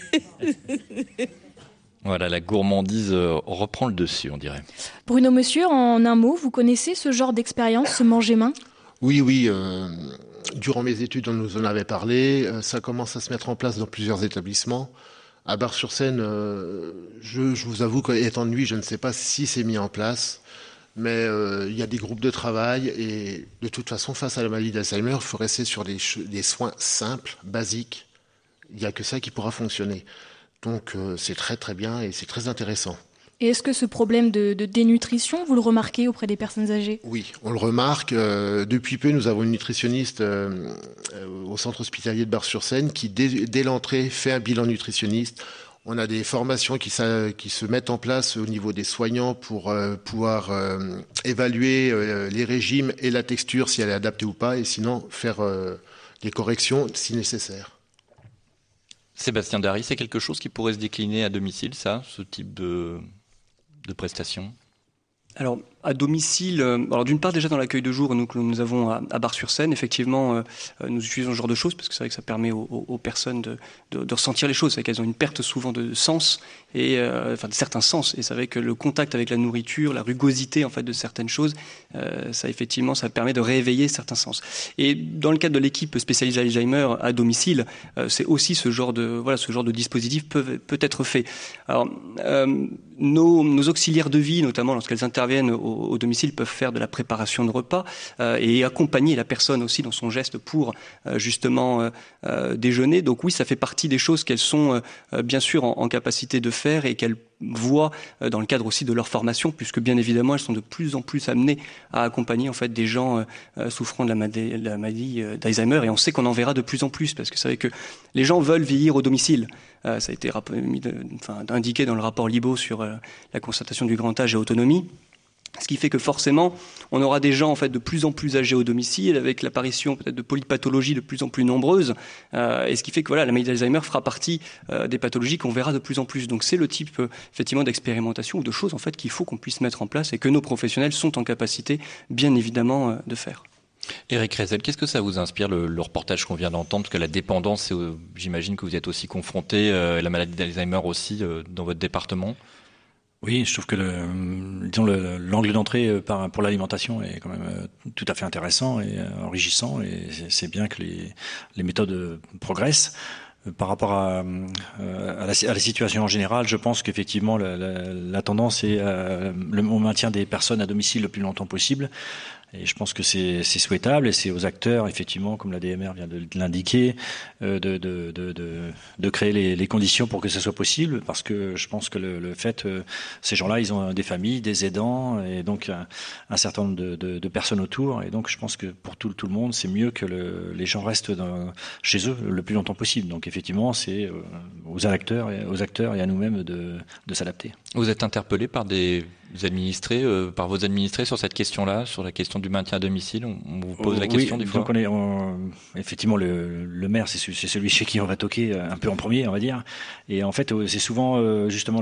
Voilà, la gourmandise reprend le dessus, on dirait. Bruno Monsieur, en un mot, vous connaissez ce genre d'expérience, ce manger-main? Oui. Durant mes études, on nous en avait parlé. Ça commence à se mettre en place dans plusieurs établissements. À Bar-sur-Seine, je vous avoue qu'étant de nuit, je ne sais pas si c'est mis en place, mais il y a des groupes de travail et de toute façon, face à la maladie d'Alzheimer, il faut rester sur des soins simples, basiques. Il n'y a que ça qui pourra fonctionner. Donc c'est très très bien et c'est très intéressant. Et est-ce que ce problème de dénutrition, vous le remarquez auprès des personnes âgées? Oui, on le remarque. Depuis peu, nous avons une nutritionniste au centre hospitalier de Bar-sur-Seine qui, dès l'entrée, fait un bilan nutritionniste. On a des formations qui se mettent en place au niveau des soignants pour pouvoir évaluer les régimes et la texture, si elle est adaptée ou pas, et sinon faire des corrections si nécessaire. Sébastien Dary, c'est quelque chose qui pourrait se décliner à domicile, ça, ce type de prestations? Alors, à domicile, d'une part déjà dans l'accueil de jour que nous avons à Bar-sur-Seine, effectivement, nous utilisons ce genre de choses parce que c'est vrai que ça permet aux personnes de ressentir les choses, c'est qu'elles ont une perte souvent de sens et de certains sens. Et c'est vrai que le contact avec la nourriture, la rugosité en fait de certaines choses, ça permet de rééveiller certains sens. Et dans le cadre de l'équipe spécialisée Alzheimer à domicile, c'est aussi ce genre de dispositif peut être fait. Alors, nos auxiliaires de vie, notamment lorsqu'elles interviennent au domicile peuvent faire de la préparation de repas et accompagner la personne aussi dans son geste pour justement déjeuner. Donc oui, ça fait partie des choses qu'elles sont bien sûr en capacité de faire et qu'elles voient dans le cadre aussi de leur formation, puisque bien évidemment elles sont de plus en plus amenées à accompagner en fait des gens souffrant de la maladie d'Alzheimer, et on sait qu'on en verra de plus en plus, parce que c'est vrai que les gens veulent vieillir au domicile. Ça a été indiqué dans le rapport Libaud sur la constatation du grand âge et autonomie. Ce qui fait que forcément, on aura des gens en fait de plus en plus âgés au domicile, avec l'apparition peut-être de polypathologies de plus en plus nombreuses, et ce qui fait que voilà, la maladie d'Alzheimer fera partie des pathologies qu'on verra de plus en plus. Donc c'est le type effectivement d'expérimentation ou de choses en fait qu'il faut qu'on puisse mettre en place et que nos professionnels sont en capacité, bien évidemment, de faire. Éric Rezel, qu'est-ce que ça vous inspire le reportage qu'on vient d'entendre, parce que la dépendance, j'imagine que vous êtes aussi confronté à la maladie d'Alzheimer aussi dans votre département. Oui, je trouve que l'angle d'entrée pour l'alimentation est quand même tout à fait intéressant et enrichissant, et c'est bien que les méthodes progressent. Par rapport à la situation en général, je pense qu'effectivement la tendance est au maintien des personnes à domicile le plus longtemps possible. Et je pense que c'est souhaitable, et c'est aux acteurs, effectivement, comme la DMR vient de l'indiquer, de créer les conditions pour que ce soit possible, parce que je pense que le fait, ces gens-là, ils ont des familles, des aidants, et donc un certain nombre de personnes autour, et donc je pense que pour tout le monde, c'est mieux que les gens restent chez eux le plus longtemps possible. Donc effectivement, c'est aux acteurs et à nous-mêmes de s'adapter. Vous êtes interpellé par par vos administrés sur cette question-là, sur la question du maintien à domicile? On vous pose la question des fois. Donc effectivement, le maire, c'est celui chez qui on va toquer un peu en premier, on va dire. Et en fait, c'est souvent justement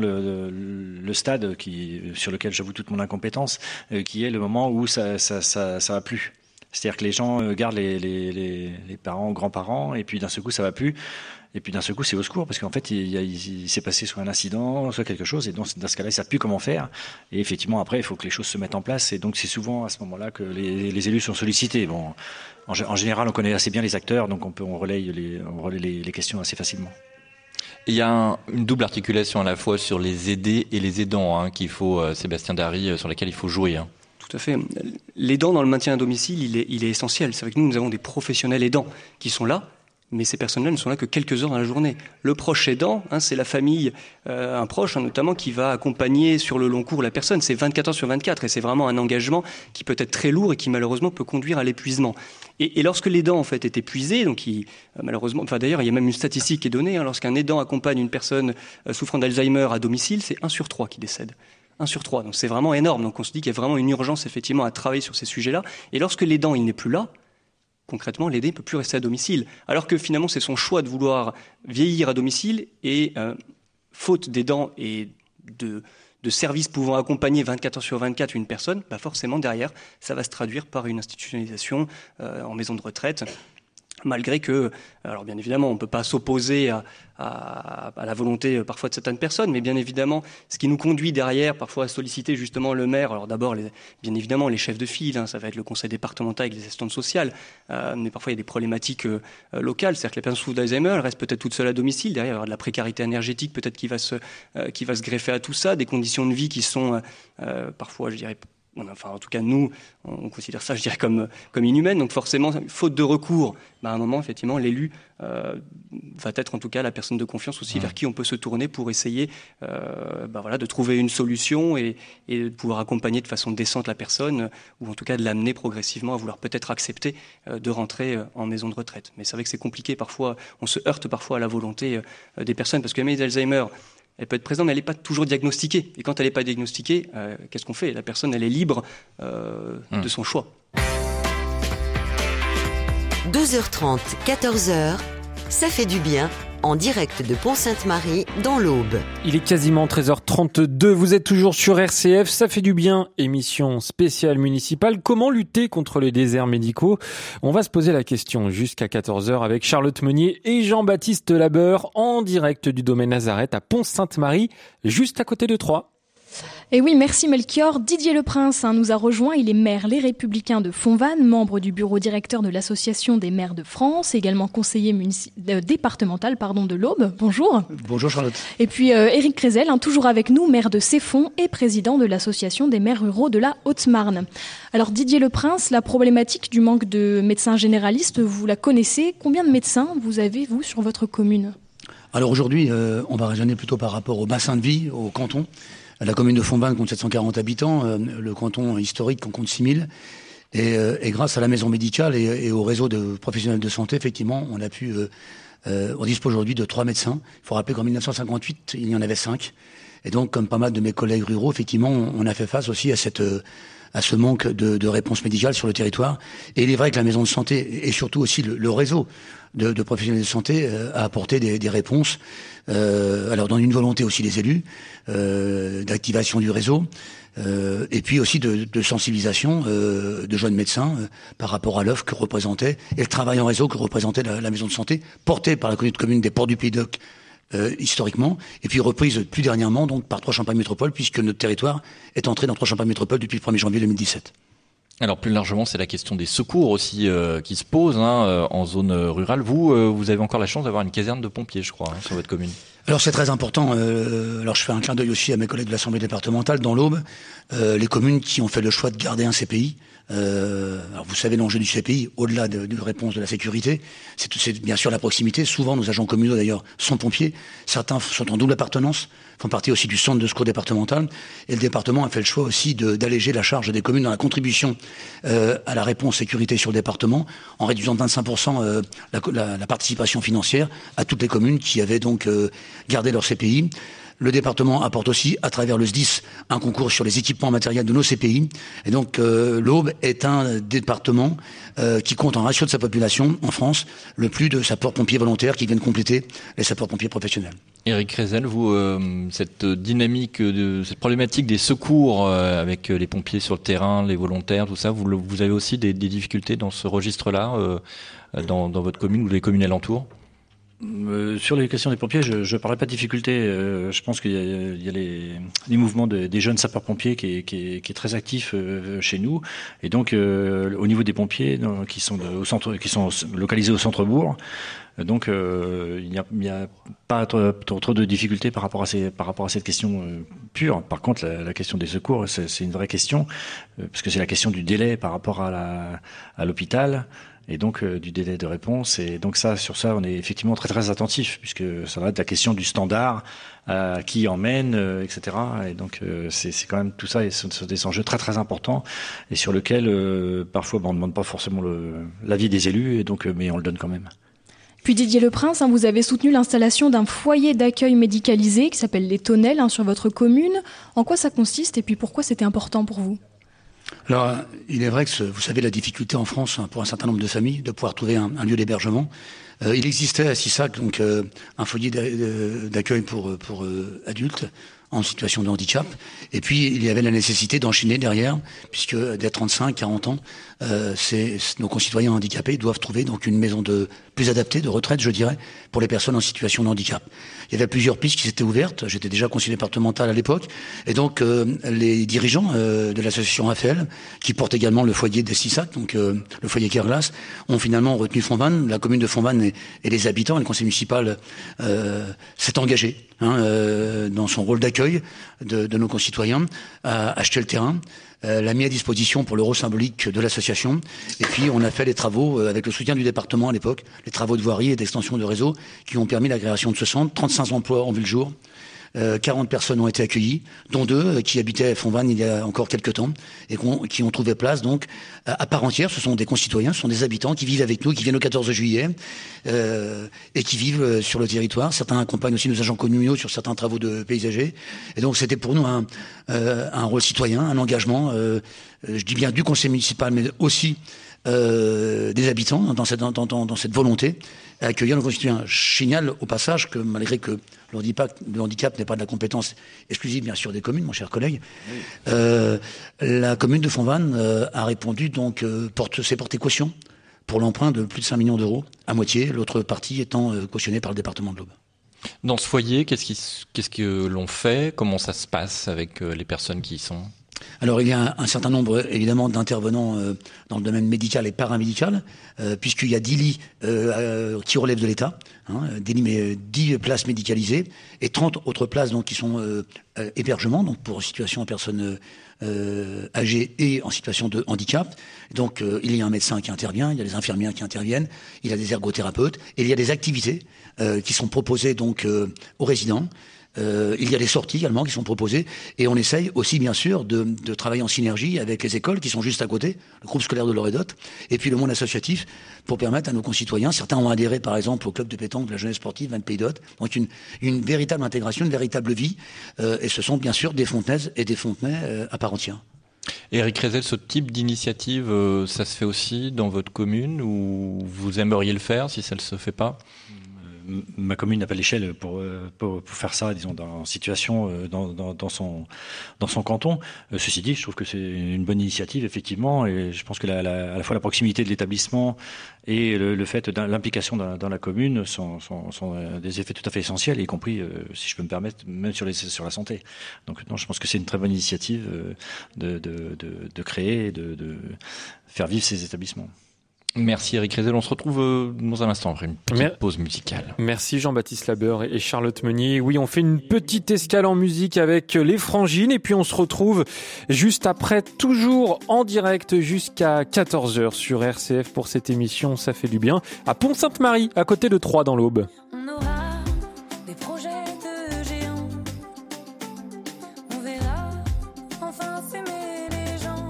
le stade sur lequel j'avoue toute mon incompétence, qui est le moment où ça va plus. C'est-à-dire que les gens gardent les parents, grands-parents, et puis d'un seul coup, ça va plus. Et puis d'un seul coup, c'est au secours, parce qu'en fait, il s'est passé soit un incident, soit quelque chose, et donc dans ce cas-là, ils ne savent plus comment faire. Et effectivement, après, il faut que les choses se mettent en place, et donc c'est souvent à ce moment-là que les élus sont sollicités. Bon, en général, on connaît assez bien les acteurs, donc on relaye les questions assez facilement. Il y a une double articulation à la fois sur les aidés et les aidants, qu'il faut, Sébastien Dary, sur laquelle il faut jouer. Tout à fait. L'aidant dans le maintien à domicile, il est essentiel. C'est vrai que nous avons des professionnels aidants qui sont là, mais ces personnes-là ne sont là que quelques heures dans la journée. Le proche aidant, c'est la famille, un proche notamment, qui va accompagner sur le long cours la personne. C'est 24 heures sur 24, et c'est vraiment un engagement qui peut être très lourd et qui malheureusement peut conduire à l'épuisement. Et lorsque l'aidant en fait est épuisé, donc malheureusement, d'ailleurs il y a même une statistique qui est donnée, lorsqu'un aidant accompagne une personne souffrant d'Alzheimer à domicile, c'est 1 sur 3 qui décède. 1 sur 3, donc c'est vraiment énorme. Donc on se dit qu'il y a vraiment une urgence effectivement à travailler sur ces sujets-là. Et lorsque l'aidant il n'est plus là, concrètement, l'aidé ne peut plus rester à domicile. Alors que finalement, c'est son choix de vouloir vieillir à domicile, et faute d'aidants et de services pouvant accompagner 24 heures sur 24 une personne, forcément derrière, ça va se traduire par une institutionnalisation en maison de retraite. Malgré que, alors bien évidemment, on ne peut pas s'opposer à la volonté parfois de certaines personnes, mais bien évidemment, ce qui nous conduit derrière parfois à solliciter justement le maire, alors d'abord, bien évidemment, les chefs de file, ça va être le conseil départemental avec les assistantes sociales, mais parfois il y a des problématiques locales, c'est-à-dire que les personnes souffrant d'Alzheimer, elles restent peut-être toutes seules à domicile, derrière il y aura de la précarité énergétique peut-être qui va se greffer à tout ça, des conditions de vie qui sont parfois, je dirais, en tout cas, nous, on considère ça, je dirais, comme inhumaine. Donc forcément, faute de recours, à un moment, effectivement, l'élu va être en tout cas la personne de confiance aussi vers qui on peut se tourner pour essayer de trouver une solution et de pouvoir accompagner de façon décente la personne, ou en tout cas de l'amener progressivement à vouloir peut-être accepter de rentrer en maison de retraite. Mais c'est vrai que c'est compliqué parfois, on se heurte parfois à la volonté des personnes, parce que la maladie d'Alzheimer, elle peut être présente, mais elle n'est pas toujours diagnostiquée. Et quand elle n'est pas diagnostiquée, qu'est-ce qu'on fait? La personne, elle est libre de son choix. 12h30, 14h, ça fait du bien, en direct de Pont-Sainte-Marie, dans l'Aube. Il est quasiment 13h32, vous êtes toujours sur RCF, ça fait du bien, émission spéciale municipale. Comment lutter contre les déserts médicaux? On va se poser la question jusqu'à 14h avec Charlotte Meunier et Jean-Baptiste Labeur, en direct du domaine Nazareth à Pont-Sainte-Marie, juste à côté de Troyes. Et oui, merci Melchior. Didier Leprince nous a rejoint. Il est maire Les Républicains de Fontvannes, membre du bureau directeur de l'Association des maires de France, également conseiller départemental de l'Aube. Bonjour. Bonjour Charlotte. Et puis Éric Crézel, toujours avec nous, maire de Ceffonds et président de l'Association des maires ruraux de la Haute-Marne. Alors Didier Leprince, la problématique du manque de médecins généralistes, vous la connaissez. Combien de médecins vous avez, vous, sur votre commune ? Alors aujourd'hui, on va raisonner plutôt par rapport au bassin de vie, au canton. La commune de Fontvannes compte 740 habitants, le canton historique en compte 6000. Et grâce à la maison médicale et au réseau de professionnels de santé, effectivement, on dispose aujourd'hui de 3 médecins. Il faut rappeler qu'en 1958, il y en avait 5. Et donc, comme pas mal de mes collègues ruraux, effectivement, on a fait face aussi à ce manque de réponse médicale sur le territoire. Et il est vrai que la maison de santé et surtout aussi le réseau de professionnels de santé a apporté des réponses. Alors dans une volonté aussi des élus, d'activation du réseau, et puis aussi de sensibilisation de jeunes médecins par rapport à l'offre que représentait et le travail en réseau que représentait la maison de santé, portée par la commune des Ports du Pays-d'Oc historiquement, et puis reprise plus dernièrement donc par Troyes Champagne Métropole, puisque notre territoire est entré dans Troyes Champagne Métropole depuis le 1er janvier 2017. Alors plus largement, c'est la question des secours aussi qui se pose en zone rurale. Vous avez encore la chance d'avoir une caserne de pompiers, je crois, sur votre commune. Alors c'est très important. Alors je fais un clin d'œil aussi à mes collègues de l'Assemblée départementale dans l'Aube, les communes qui ont fait le choix de garder un CPI. Alors vous savez, l'enjeu du CPI, au-delà de réponse de la sécurité, c'est bien sûr la proximité. Souvent, nos agents communaux d'ailleurs sont pompiers. Certains sont en double appartenance, font partie aussi du centre de secours départemental. Et le département a fait le choix aussi d'alléger la charge des communes dans la contribution à la réponse sécurité sur le département, en réduisant de 25% la participation financière à toutes les communes qui avaient donc gardé leur CPI. Le département apporte aussi, à travers le SDIS, un concours sur les équipements matériels de nos CPI. Et donc, l'Aube est un département qui compte en ratio de sa population, en France, le plus de sapeurs-pompiers volontaires qui viennent compléter les sapeurs-pompiers professionnels. Éric Crézel, vous, cette dynamique, cette problématique des secours avec les pompiers sur le terrain, les volontaires, tout ça, vous avez aussi des difficultés dans ce registre-là, dans votre commune ou les communes alentours ? Sur les questions des pompiers, je ne parlerai pas de difficultés. Je pense qu'il y a les mouvements des jeunes sapeurs-pompiers qui est très actif chez nous. Et donc, au niveau des pompiers qui sont localisés au centre-bourg, donc il n'y a pas trop de difficultés par rapport à cette question pure. Par contre, la question des secours, c'est une vraie question, parce que c'est la question du délai par rapport à l'hôpital. Et donc du délai de réponse, et donc sur ça on est effectivement très très attentif, puisque ça va être la question du standard, qui emmène, etc. Et donc c'est quand même tout ça, et ce sont des enjeux très très importants, et sur lequel parfois on ne demande pas forcément l'avis des élus, et donc mais on le donne quand même. Puis Didier Leprince, vous avez soutenu l'installation d'un foyer d'accueil médicalisé qui s'appelle les Tonnelles sur votre commune. En quoi ça consiste, et puis pourquoi c'était important pour vous ? Alors, il est vrai que vous savez la difficulté en France pour un certain nombre de familles de pouvoir trouver un lieu d'hébergement. Il existait à Sissac donc un foyer d'accueil pour adultes en situation de handicap. Et puis, il y avait la nécessité d'enchaîner derrière, puisque dès 35, 40 ans, nos concitoyens handicapés doivent trouver donc une maison plus adaptée, de retraite, je dirais, pour les personnes en situation de handicap. Il y avait plusieurs pistes qui s'étaient ouvertes. J'étais déjà conseiller départemental à l'époque. Et donc, les dirigeants de l'association AFL, qui portent également le foyer des Sissac, donc le foyer Kerglas, ont finalement retenu Fontvannes. La commune de Fontvannes et les habitants, et le conseil municipal s'est engagé dans son rôle d'accueil de nos concitoyens, à acheter le terrain, l'a mis à disposition pour l'euro symbolique de l'association. Et puis on a fait les travaux avec le soutien du département à l'époque, les travaux de voirie et d'extension de réseau qui ont permis la création de ce centre. 35 emplois ont vu le jour. 40 personnes ont été accueillies, dont 2 qui habitaient à Fontvannes il y a encore quelques temps et qui ont trouvé place donc à part entière. Ce sont des concitoyens, ce sont des habitants qui vivent avec nous, qui viennent le 14 juillet et qui vivent sur le territoire. Certains accompagnent aussi nos agents communaux sur certains travaux de paysagers. Et donc c'était pour nous un rôle citoyen, un engagement, je dis bien du conseil municipal, mais aussi des habitants dans cette volonté à accueillir nos concitoyens. Je signale au passage que malgré que le handicap n'est pas de la compétence exclusive bien sûr des communes, mon cher collègue, la commune de Fontvannes a répondu donc s'est portée caution pour l'emprunt de plus de 5 millions d'euros, à moitié, l'autre partie étant cautionnée par le département de l'Aube. Dans ce foyer, qu'est-ce que l'on fait? Comment ça se passe avec les personnes qui y sont? Alors il y a un certain nombre évidemment d'intervenants dans le domaine médical et paramédical, puisqu'il y a 10 lits qui relèvent de l'État, 10 places médicalisées et 30 autres places donc qui sont hébergement, donc pour situation de personnes âgées et en situation de handicap. Donc il y a un médecin qui intervient, il y a des infirmières qui interviennent, il y a des ergothérapeutes et il y a des activités qui sont proposées donc aux résidents. Il y a des sorties également qui sont proposées et on essaye aussi bien sûr de travailler en synergie avec les écoles qui sont juste à côté, le groupe scolaire de Loredotte et puis le monde associatif pour permettre à nos concitoyens, certains ont adhéré par exemple au club de pétanque de la jeunesse sportive 20 Pays d'Hôte, donc une véritable intégration, une véritable vie et ce sont bien sûr des Fontenaises et des Fontenais à part entière. Éric Rézel, ce type d'initiative, ça se fait aussi dans votre commune ou vous aimeriez le faire si ça ne se fait pas? Ma commune n'a pas l'échelle pour faire ça, disons, dans situation dans son canton. Ceci dit, je trouve que c'est une bonne initiative, effectivement, et je pense que à la fois la proximité de l'établissement et le fait de l'implication dans la commune sont des effets tout à fait essentiels, y compris, si je peux me permettre, même sur la santé. Donc, non, je pense que c'est une très bonne initiative de créer et de faire vivre ces établissements. Merci Éric Rézel, on se retrouve dans un instant après une petite pause musicale. Merci Jean-Baptiste Labeur et Charlotte Meunier. Oui, on fait une petite escale en musique avec les Frangines et puis on se retrouve juste après, toujours en direct jusqu'à 14h sur RCF pour cette émission Ça fait du bien à Pont-Sainte-Marie, à côté de Troyes dans l'Aube. On aura des projets de géants, on verra enfin s'aimer les gens,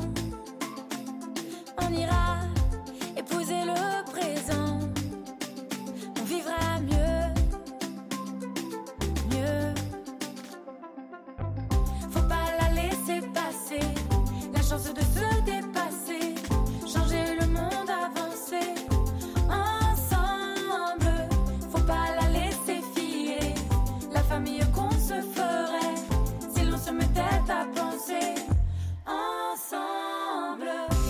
on ira épouser le présent, on vivra mieux. Faut pas la laisser passer, la chance de se dépasser, changer le monde, avancer ensemble. Faut pas la laisser filer, la famille qu'on se ferait si l'on se mettait à penser ensemble.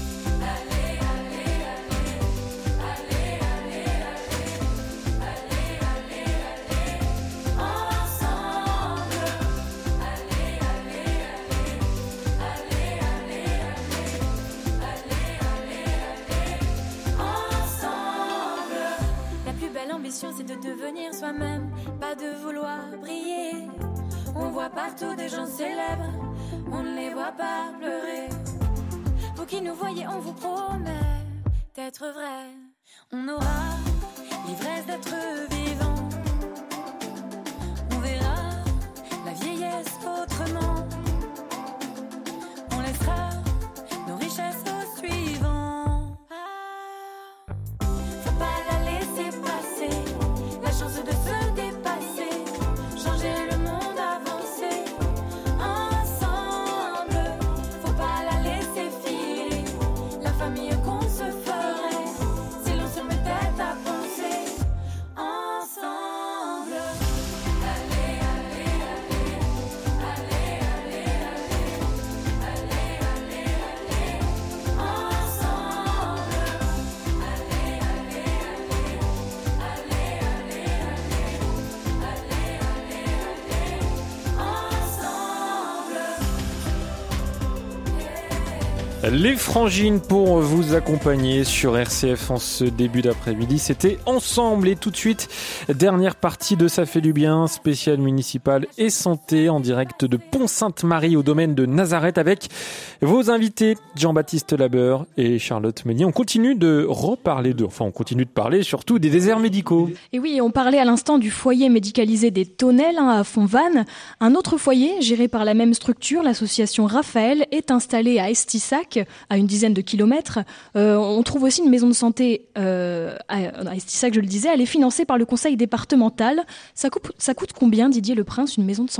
C'est de devenir soi-même, pas de vouloir briller. On voit partout des gens célèbres, on ne les voit pas pleurer. Vous qui nous voyez, on vous promet d'être vrai. On aura l'ivresse d'être vivant, on verra la vieillesse autrement. On laissera nos richesses aux suivants. Faut pas la laisser passer, la chance de se dépasser, changer le monde, avancer ensemble. Faut pas la laisser filer, la famille qu'on se ferait si l'on se mettait à penser ensemble. Allez, allez, allez, allez, allez, allez, allez, allez, allez, ensemble. Allez, allez, allez, allez, allez, Les Frangines pour vous accompagner sur RCF en ce début d'après-midi. C'était Ensemble et tout de suite, dernière partie de Ça fait du bien, spécial municipal et santé en direct de Pont-Sainte-Marie au domaine de Nazareth avec vos invités Jean-Baptiste Labeur et Charlotte Meunier. On continue de parler surtout des déserts médicaux. Et oui, on parlait à l'instant du foyer médicalisé des Tonnelles à Fontvannes. Un autre foyer géré par la même structure, l'association Raphaël, est installé à Estissac, à une dizaine de kilomètres. On trouve aussi une maison de santé à Estissac, je le disais. Elle est financée par le conseil départemental. Ça coûte combien, Didier Le Prince, une maison de santé ?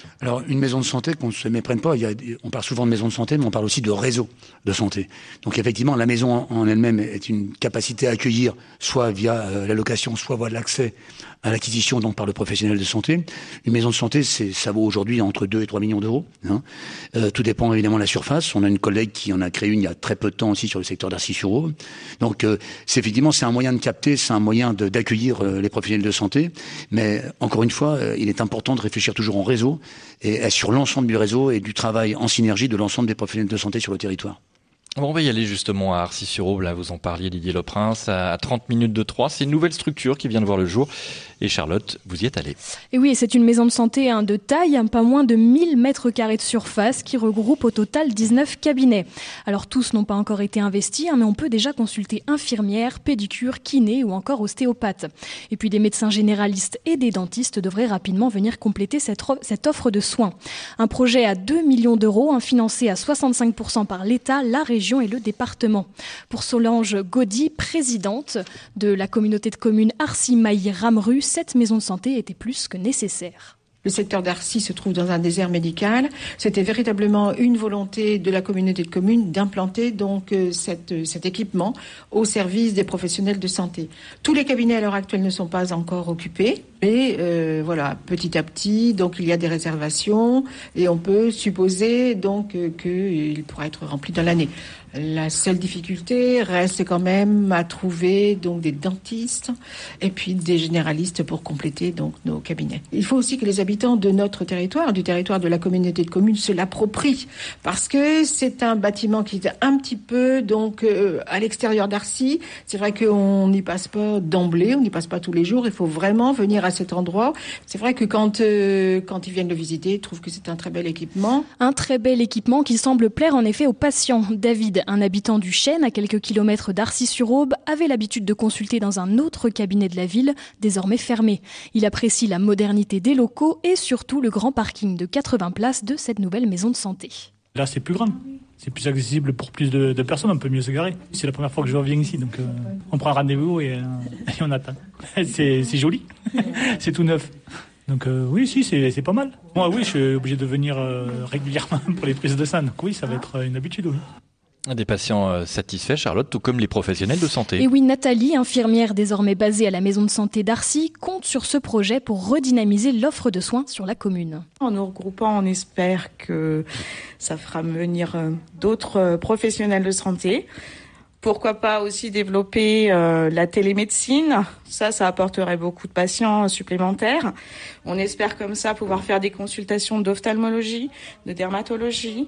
Alors, une maison de santé, qu'on ne se méprenne pas, on parle souvent de maison de santé, mais on parle aussi de réseau de santé. Donc, effectivement, la maison en elle-même est une capacité à accueillir, soit via la location, soit via l'accès à l'acquisition donc par le professionnel de santé. Une maison de santé, ça vaut aujourd'hui entre 2 et 3 millions d'euros. Hein. Tout dépend évidemment de la surface. On a une collègue qui en a créé une il y a très peu de temps aussi sur le secteur d'Arcis-sur-Aube. Donc, c'est un moyen de capter, c'est un moyen d'accueillir les professionnels de santé. Mais encore une fois, il est important de réfléchir toujours en réseau et sur l'ensemble du réseau et du travail en synergie de l'ensemble des professionnels de santé sur le territoire. Bon, on va y aller justement à Arcis-sur-Aube, là vous en parliez Didier Leprince, à 30 minutes de Troyes. C'est une nouvelle structure qui vient de voir le jour. Et Charlotte, vous y êtes allée. Et oui, c'est une maison de santé de taille, pas moins de 1000 mètres carrés de surface, qui regroupe au total 19 cabinets. Alors tous n'ont pas encore été investis, mais on peut déjà consulter infirmières, pédicures, kinés ou encore ostéopathes. Et puis des médecins généralistes et des dentistes devraient rapidement venir compléter cette offre de soins. Un projet à 2 millions d'euros, financé à 65% par l'État, la région et le département. Pour Solange Gaudy, présidente de la communauté de communes Arcis-Mailly-Rameru, cette maison de santé était plus que nécessaire. Le secteur d'Arcis se trouve dans un désert médical. C'était véritablement une volonté de la communauté de communes d'implanter donc cet équipement au service des professionnels de santé. Tous les cabinets à l'heure actuelle ne sont pas encore occupés, mais petit à petit, donc il y a des réservations et on peut supposer donc qu'il pourra être rempli dans l'année. La seule difficulté reste quand même à trouver donc des dentistes et puis des généralistes pour compléter donc nos cabinets. Il faut aussi que les habitants de notre territoire, du territoire de la communauté de communes, se l'approprient parce que c'est un bâtiment qui est un petit peu donc à l'extérieur d'Arcis. C'est vrai qu'on n'y passe pas d'emblée, on n'y passe pas tous les jours. Il faut vraiment venir à cet endroit. C'est vrai que quand ils viennent le visiter, ils trouvent que c'est un très bel équipement. Un très bel équipement qui semble plaire en effet aux patients. David, un habitant du Chêne, à quelques kilomètres d'Arcis-sur-Aube, avait l'habitude de consulter dans un autre cabinet de la ville, désormais fermé. Il apprécie la modernité des locaux et surtout le grand parking de 80 places de cette nouvelle maison de santé. Là, c'est plus grand. C'est plus accessible pour plus de personnes, on peut mieux se garer. C'est la première fois que je reviens ici, donc on prend rendez-vous et on attend. C'est joli, c'est tout neuf. Donc oui, c'est pas mal. Moi, oui, je suis obligé de venir régulièrement pour les prises de sang. Donc oui, ça va être une habitude. Oui. Des patients satisfaits, Charlotte, tout comme les professionnels de santé. Et oui, Nathalie, infirmière désormais basée à la maison de santé d'Arcis, compte sur ce projet pour redynamiser l'offre de soins sur la commune. En nous regroupant, on espère que ça fera venir d'autres professionnels de santé. Pourquoi pas aussi développer la télémédecine. Ça apporterait beaucoup de patients supplémentaires. On espère comme ça pouvoir faire des consultations d'ophtalmologie, de dermatologie,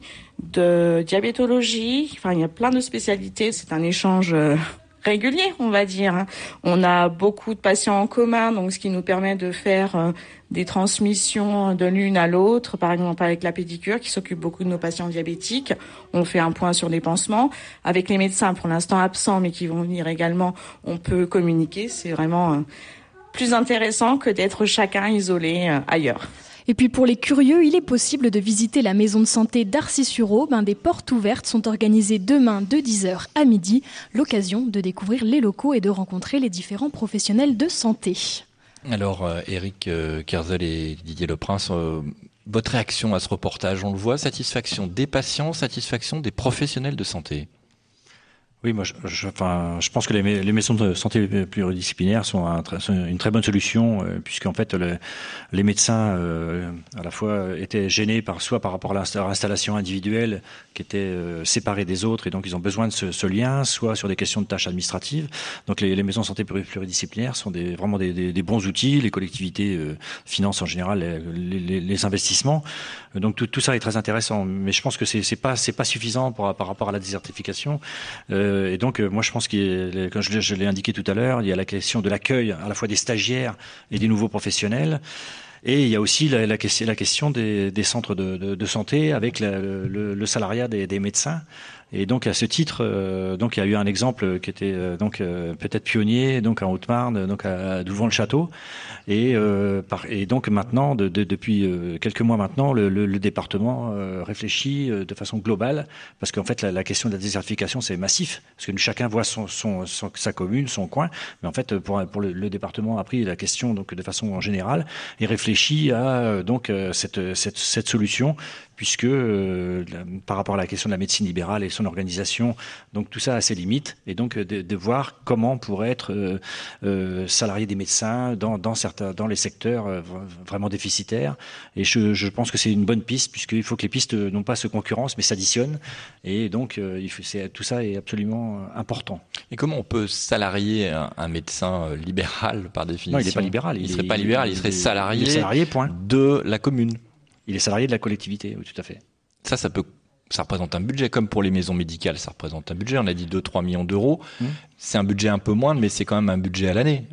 de diabétologie. Enfin, il y a plein de spécialités. C'est un échange régulier, on va dire. On a beaucoup de patients en commun, donc ce qui nous permet de faire des transmissions de l'une à l'autre, par exemple avec la pédicure qui s'occupe beaucoup de nos patients diabétiques. On fait un point sur les pansements. Avec les médecins, pour l'instant absents, mais qui vont venir également, on peut communiquer. C'est vraiment plus intéressant que d'être chacun isolé ailleurs. Et puis pour les curieux, il est possible de visiter la maison de santé d'Arcis-sur-Aube. Des portes ouvertes sont organisées demain de 10h à midi. L'occasion de découvrir les locaux et de rencontrer les différents professionnels de santé. Alors Eric Kerzel et Didier Leprince, votre réaction à ce reportage, on le voit, satisfaction des patients, satisfaction des professionnels de santé. Oui, moi, je pense que les maisons de santé pluridisciplinaires sont une très bonne solution, puisqu'en fait, les médecins, à la fois, étaient gênés soit par rapport à leur installation individuelle, qui était séparée des autres, et donc ils ont besoin de ce lien, soit sur des questions de tâches administratives. Donc, les maisons de santé pluridisciplinaires sont vraiment des bons outils. Les collectivités financent en général les investissements. Donc, tout ça est très intéressant. Mais je pense que c'est pas suffisant par rapport à la désertification. Et donc, moi, je pense comme je l'ai indiqué tout à l'heure, il y a la question de l'accueil à la fois des stagiaires et des nouveaux professionnels. Et il y a aussi la question des centres de santé avec le salariat des médecins. Et donc à ce titre, donc il y a eu un exemple qui était peut-être pionnier, donc en Haute-Marne, donc à Douvant-le-Château, et donc maintenant, depuis quelques mois maintenant, le département réfléchit de façon globale, parce qu'en fait la question de la désertification c'est massif, parce que chacun voit sa commune, son coin, mais en fait pour le département a pris la question donc de façon générale et réfléchit à cette solution, puisque par rapport à la question de la médecine libérale et son organisation, donc tout ça a ses limites, et donc de voir comment pourrait être salarié des médecins dans les secteurs vraiment déficitaires. Et je pense que c'est une bonne piste, puisqu'il faut que les pistes non pas se concurrencent mais s'additionnent, et donc tout ça est absolument important. Et comment on peut salarier un médecin libéral par définition? Non, il n'est pas libéral. Il ne serait pas libéral, il serait salarié, point. De la commune. Il est salarié de la collectivité, oui, tout à fait. Ça représente un budget, comme pour les maisons médicales, ça représente un budget. On a dit 2-3 millions d'euros. C'est un budget un peu moindre, mais c'est quand même un budget à l'année,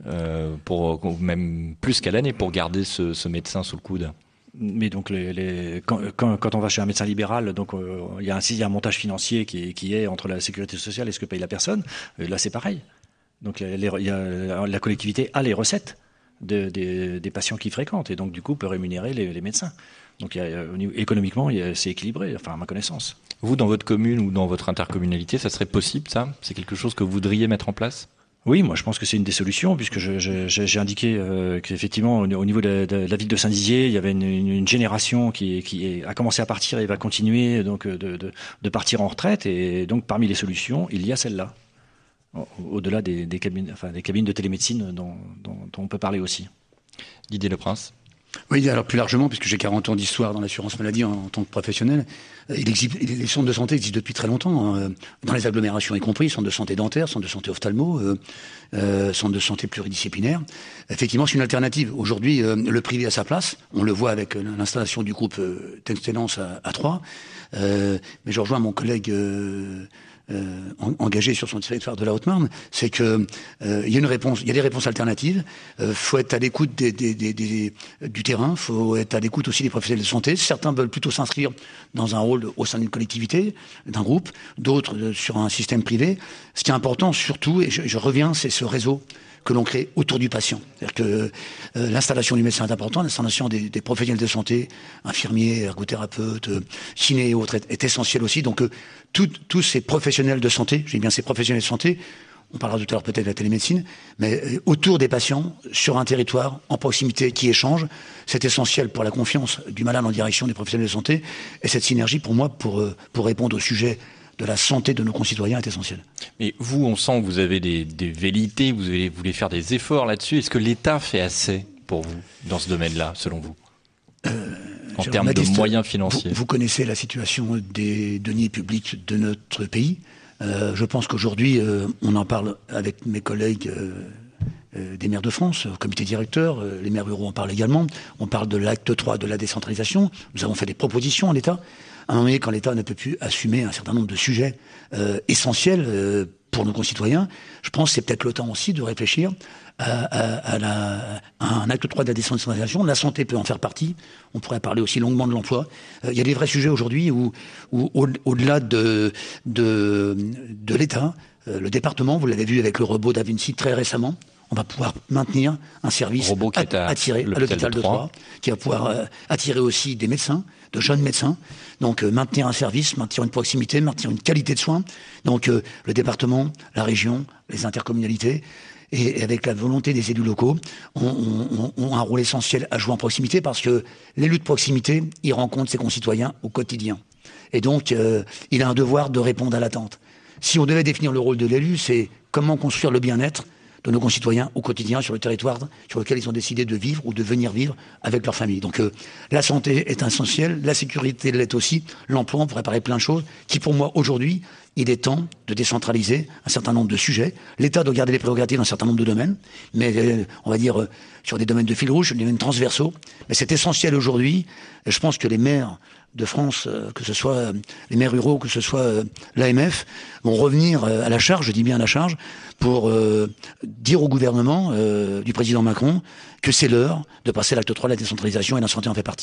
même plus qu'à l'année, pour garder ce médecin sous le coude. Mais donc quand on va chez un médecin libéral, donc il y a un montage financier qui est entre la sécurité sociale et ce que paye la personne. Là, c'est pareil. Donc la collectivité a les recettes des patients qui fréquentent, et donc du coup peut rémunérer les médecins. Donc économiquement, c'est équilibré, enfin à ma connaissance. Vous, dans votre commune ou dans votre intercommunalité, ça serait possible, ça? C'est quelque chose que vous voudriez mettre en place? Oui, moi je pense que c'est une des solutions, puisque j'ai indiqué qu'effectivement au niveau de la ville de Saint-Dizier, il y avait une génération qui a commencé à partir et va continuer donc de partir en retraite, et donc parmi les solutions, il y a celle-là. Au-delà des cabines de télémédecine dont on peut parler aussi. Didier Leprince. Oui, alors plus largement, puisque j'ai 40 ans d'histoire dans l'assurance maladie en tant que professionnel, les centres de santé existent depuis très longtemps, dans les agglomérations y compris, centres de santé dentaire, centres de santé ophtalmo, centres de santé pluridisciplinaire. Effectivement, c'est une alternative. Aujourd'hui, le privé a sa place. On le voit avec l'installation du groupe d'excellence à Troyes. Mais je rejoins mon collègue engagé sur son territoire de la Haute-Marne, c'est que il y a des réponses alternatives. Faut être à l'écoute du terrain, faut être à l'écoute aussi des professionnels de santé. Certains veulent plutôt s'inscrire dans un rôle au sein d'une collectivité, d'un groupe, d'autres sur un système privé. Ce qui est important surtout, et je reviens, c'est ce réseau que l'on crée autour du patient. C'est-à-dire que l'installation du médecin est importante, l'installation des professionnels de santé, infirmiers, ergothérapeutes, kinés et autres, est essentielle aussi. Donc tous ces professionnels de santé, je dis bien ces professionnels de santé, on parlera tout à l'heure peut-être de la télémédecine, mais autour des patients, sur un territoire, en proximité, qui échangent, c'est essentiel pour la confiance du malade en direction des professionnels de santé. Et cette synergie, pour moi, pour répondre au sujet de la santé de nos concitoyens est essentielle. Mais vous, on sent que vous avez des velléités, vous voulez faire des efforts là-dessus. Est-ce que l'État fait assez pour vous dans ce domaine-là, selon vous, en termes de moyens financiers? Vous connaissez la situation des deniers publics de notre pays. Je pense qu'aujourd'hui, on en parle avec mes collègues des maires de France, au comité directeur, les maires ruraux en parlent également. On parle de l'acte 3 de la décentralisation. Nous avons fait des propositions à l'État. À un moment donné, quand l'État ne peut plus assumer un certain nombre de sujets essentiels pour nos concitoyens, je pense que c'est peut-être le temps aussi de réfléchir à un acte 3 de la décentralisation. La santé peut en faire partie. On pourrait parler aussi longuement de l'emploi. Il y a des vrais sujets aujourd'hui où au-delà de l'État, le département, vous l'avez vu avec le robot Da Vinci très récemment, on va pouvoir maintenir un service attiré à l'hôpital de Troyes, qui va pouvoir attirer aussi des médecins, de jeunes médecins. Donc maintenir un service, maintenir une proximité, maintenir une qualité de soins. Donc le département, la région, les intercommunalités, et avec la volonté des élus locaux, ont un rôle essentiel à jouer en proximité, parce que l'élu de proximité, il rencontre ses concitoyens au quotidien. Et donc il a un devoir de répondre à l'attente. Si on devait définir le rôle de l'élu, c'est comment construire le bien-être de nos concitoyens au quotidien sur le territoire sur lequel ils ont décidé de vivre ou de venir vivre avec leur famille. Donc la santé est essentielle, la sécurité l'est aussi, l'emploi, on pourrait parler plein de choses, qui pour moi aujourd'hui, il est temps de décentraliser un certain nombre de sujets. L'État doit garder les prérogatives dans un certain nombre de domaines, mais on va dire sur des domaines de fil rouge, des domaines transversaux. Mais c'est essentiel aujourd'hui, et je pense que les maires de France, que ce soit les maires ruraux, que ce soit l'AMF, vont revenir à la charge, je dis bien à la charge, pour dire au gouvernement du président Macron que c'est l'heure de passer l'acte 3 de la décentralisation, et la santé en fait partie.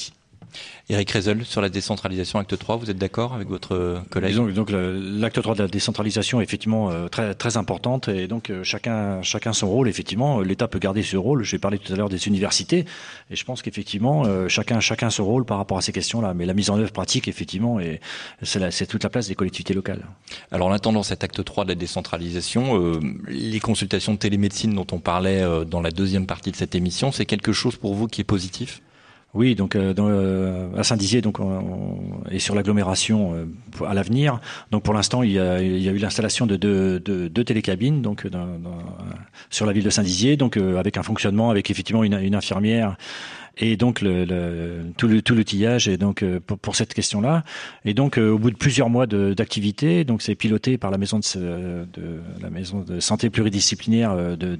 Éric Rezel, sur la décentralisation acte 3, vous êtes d'accord avec votre collègue? Donc l'acte 3 de la décentralisation est effectivement très, très importante, et donc chacun son rôle. Effectivement, l'État peut garder ce rôle. J'ai parlé tout à l'heure des universités, et je pense qu'effectivement chacun son rôle par rapport à ces questions-là. Mais la mise en œuvre pratique, effectivement, c'est toute la place des collectivités locales. Alors en attendant cet acte 3 de la décentralisation, les consultations de télémédecine dont on parlait dans la deuxième partie de cette émission, c'est quelque chose pour vous qui est positif? Oui, donc à Saint-Dizier, donc et sur l'agglomération à l'avenir. Donc pour l'instant, il y a eu l'installation de deux télécabines, donc sur la ville de Saint-Dizier, donc avec un fonctionnement, avec effectivement une infirmière. Et donc tout l'outillage est donc pour cette question-là. Et donc au bout de plusieurs mois d'activité, donc c'est piloté par la maison de santé pluridisciplinaire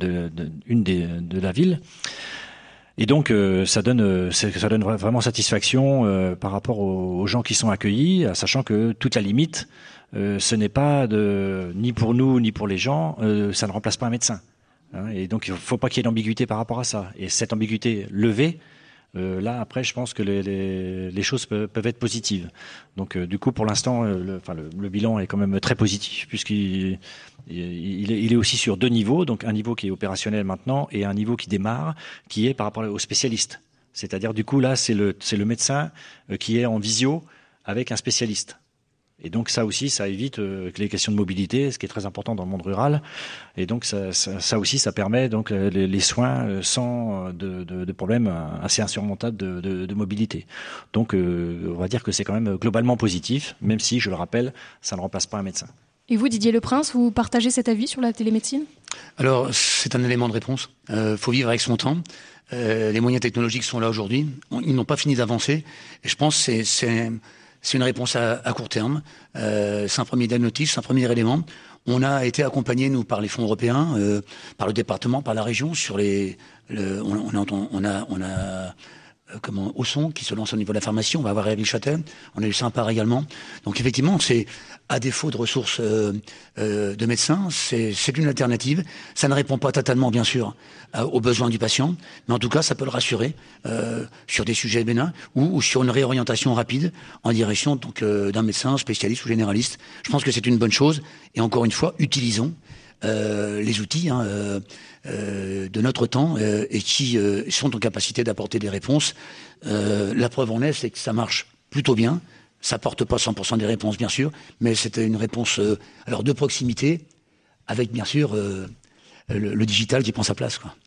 de la ville. Et donc ça donne vraiment satisfaction par rapport aux gens qui sont accueillis, sachant que toute la limite, ce n'est pas ni pour nous ni pour les gens, ça ne remplace pas un médecin. Et donc il ne faut pas qu'il y ait d'ambiguïté par rapport à ça. Et cette ambiguïté levée, là après je pense que les choses peuvent être positives. Donc du coup pour l'instant le bilan est quand même très positif, puisqu'il est aussi sur deux niveaux, donc un niveau qui est opérationnel maintenant et un niveau qui démarre, qui est par rapport aux spécialistes. C'est-à-dire du coup là c'est le médecin qui est en visio avec un spécialiste. Et donc ça aussi, ça évite les questions de mobilité, ce qui est très important dans le monde rural. Et donc ça aussi, ça permet donc les soins sans de problèmes assez insurmontables de mobilité. Donc on va dire que c'est quand même globalement positif, même si, je le rappelle, ça ne remplace pas un médecin. Et vous, Didier Leprince, vous partagez cet avis sur la télémédecine? Alors, c'est un élément de réponse. Faut vivre avec son temps. Les moyens technologiques sont là aujourd'hui. Ils n'ont pas fini d'avancer. Et je pense que c'est une réponse à court terme. C'est un premier diagnostic, c'est un premier élément. On a été accompagnés, nous, par les fonds européens, par le département, par la région, sur on a Ausson qui se lance au niveau de la pharmacie, on va avoir Ville-Châtel, on a eu Saint-Par également. Donc effectivement, c'est à défaut de ressources de médecins, c'est une alternative. Ça ne répond pas totalement, bien sûr, aux besoins du patient, mais en tout cas, ça peut le rassurer sur des sujets bénins ou sur une réorientation rapide en direction donc d'un médecin spécialiste ou généraliste. Je pense que c'est une bonne chose. Et encore une fois, utilisons les outils de notre temps et qui sont en capacité d'apporter des réponses. La preuve en est, c'est que ça marche plutôt bien. Ça porte pas 100% des réponses, bien sûr, mais c'était une réponse alors de proximité, avec bien sûr le digital qui prend sa place, quoi.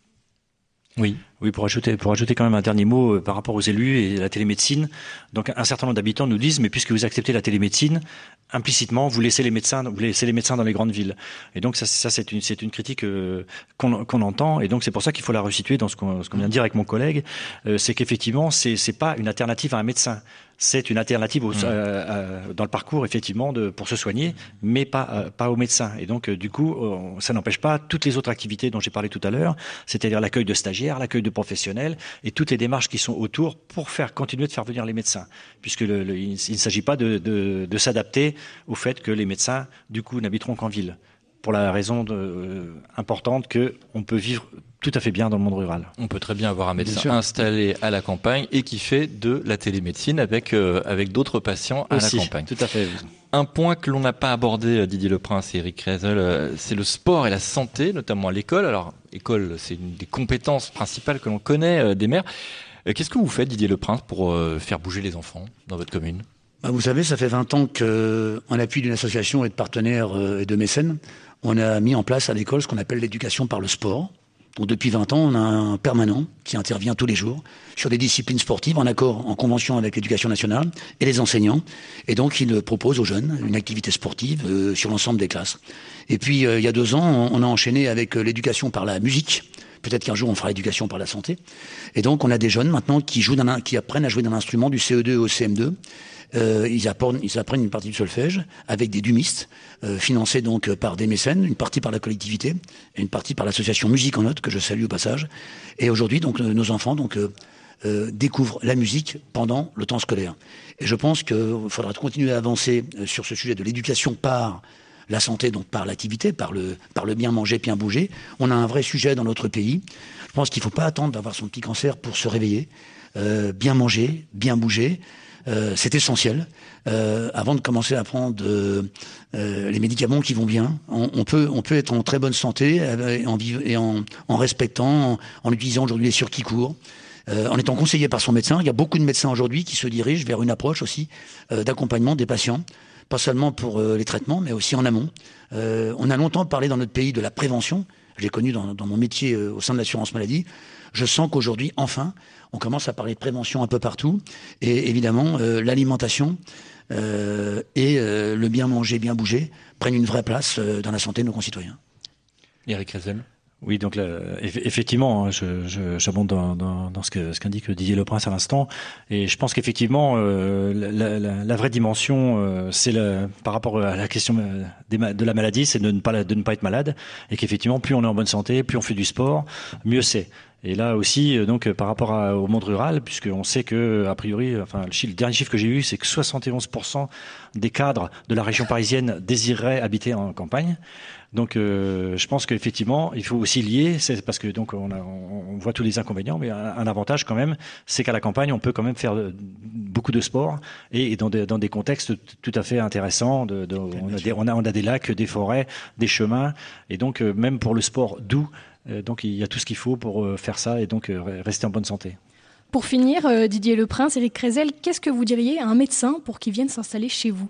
Oui, pour ajouter quand même un dernier mot par rapport aux élus et la télémédecine. Donc un certain nombre d'habitants nous disent, mais puisque vous acceptez la télémédecine, implicitement vous laissez les médecins dans les grandes villes. Et donc ça c'est une critique qu'on entend, et donc c'est pour ça qu'il faut la resituer dans ce qu'on vient de dire avec mon collègue, c'est qu'effectivement c'est pas une alternative à un médecin. C'est une alternative dans le parcours, effectivement, pour se soigner, mais pas au médecin. Et donc, du coup, ça n'empêche pas toutes les autres activités dont j'ai parlé tout à l'heure, c'est-à-dire l'accueil de stagiaires, l'accueil de professionnels, et toutes les démarches qui sont autour pour continuer de faire venir les médecins. Puisque il ne s'agit pas de s'adapter au fait que les médecins, du coup, n'habiteront qu'en ville. Pour la raison importante qu'on peut vivre tout à fait bien dans le monde rural. On peut très bien avoir un médecin installé à la campagne et qui fait de la télémédecine avec d'autres patients à la campagne. Tout à fait. Un point que l'on n'a pas abordé, Didier Leprince et Éric Rezel, c'est le sport et la santé, notamment à l'école. Alors, l'école, c'est une des compétences principales que l'on connaît des maires. Qu'est-ce que vous faites, Didier Leprince, pour faire bouger les enfants dans votre commune ? Vous savez, ça fait 20 ans qu'en appui d'une association et de partenaires et de mécènes, on a mis en place à l'école ce qu'on appelle l'éducation par le sport. Donc depuis 20 ans, on a un permanent qui intervient tous les jours sur des disciplines sportives en convention avec l'éducation nationale et les enseignants. Et donc, il propose aux jeunes une activité sportive sur l'ensemble des classes. Et puis, il y a 2 ans, on a enchaîné avec l'éducation par la musique. Peut-être qu'un jour, on fera l'éducation par la santé. Et donc, on a des jeunes maintenant qui apprennent à jouer d'un instrument du CE2 au CM2. Ils apprennent une partie du solfège avec des dumistes financés donc par des mécènes, une partie par la collectivité et une partie par l'association Musique en Note que je salue au passage. Et aujourd'hui donc nos enfants découvrent la musique pendant le temps scolaire. Et je pense qu'il faudra continuer à avancer sur ce sujet de l'éducation par la santé, donc par l'activité, par le bien manger, bien bouger. On a un vrai sujet dans notre pays. Je pense qu'il ne faut pas attendre d'avoir son petit cancer pour se réveiller. bien manger, bien bouger. C'est essentiel. Avant de commencer à prendre les médicaments qui vont bien, on peut être en très bonne santé en respectant, en utilisant aujourd'hui les circuits courts, en étant conseillé par son médecin. Il y a beaucoup de médecins aujourd'hui qui se dirigent vers une approche aussi d'accompagnement des patients, pas seulement pour les traitements, mais aussi en amont. On a longtemps parlé dans notre pays de la prévention. Je l'ai connu dans mon métier au sein de l'assurance maladie. Je sens qu'aujourd'hui, enfin, on commence à parler de prévention un peu partout. Et évidemment, l'alimentation et le bien manger, bien bouger prennent une vraie place dans la santé de nos concitoyens. Eric Rezel. Oui, donc là, effectivement, j'abonde dans ce qu'indique Didier Leprince à l'instant, et je pense qu'effectivement, la vraie dimension, c'est par rapport à la question de la maladie, c'est de ne pas être malade, et qu'effectivement, plus on est en bonne santé, plus on fait du sport, mieux c'est. Et là aussi, donc par rapport au monde rural, puisqu'on sait que a priori, enfin le dernier chiffre que j'ai eu, c'est que 71% des cadres de la région parisienne désireraient habiter en campagne. Donc je pense qu'effectivement, il faut aussi lier, c'est parce que donc on voit tous les inconvénients, mais un avantage quand même, c'est qu'à la campagne, on peut quand même faire beaucoup de sport et dans des contextes tout à fait intéressants. On a des lacs, des forêts, des chemins, et donc même pour le sport doux. Donc il y a tout ce qu'il faut pour faire ça et donc rester en bonne santé. Pour finir, Didier Leprince, Eric Rezel, qu'est-ce que vous diriez à un médecin pour qu'il vienne s'installer chez vous ?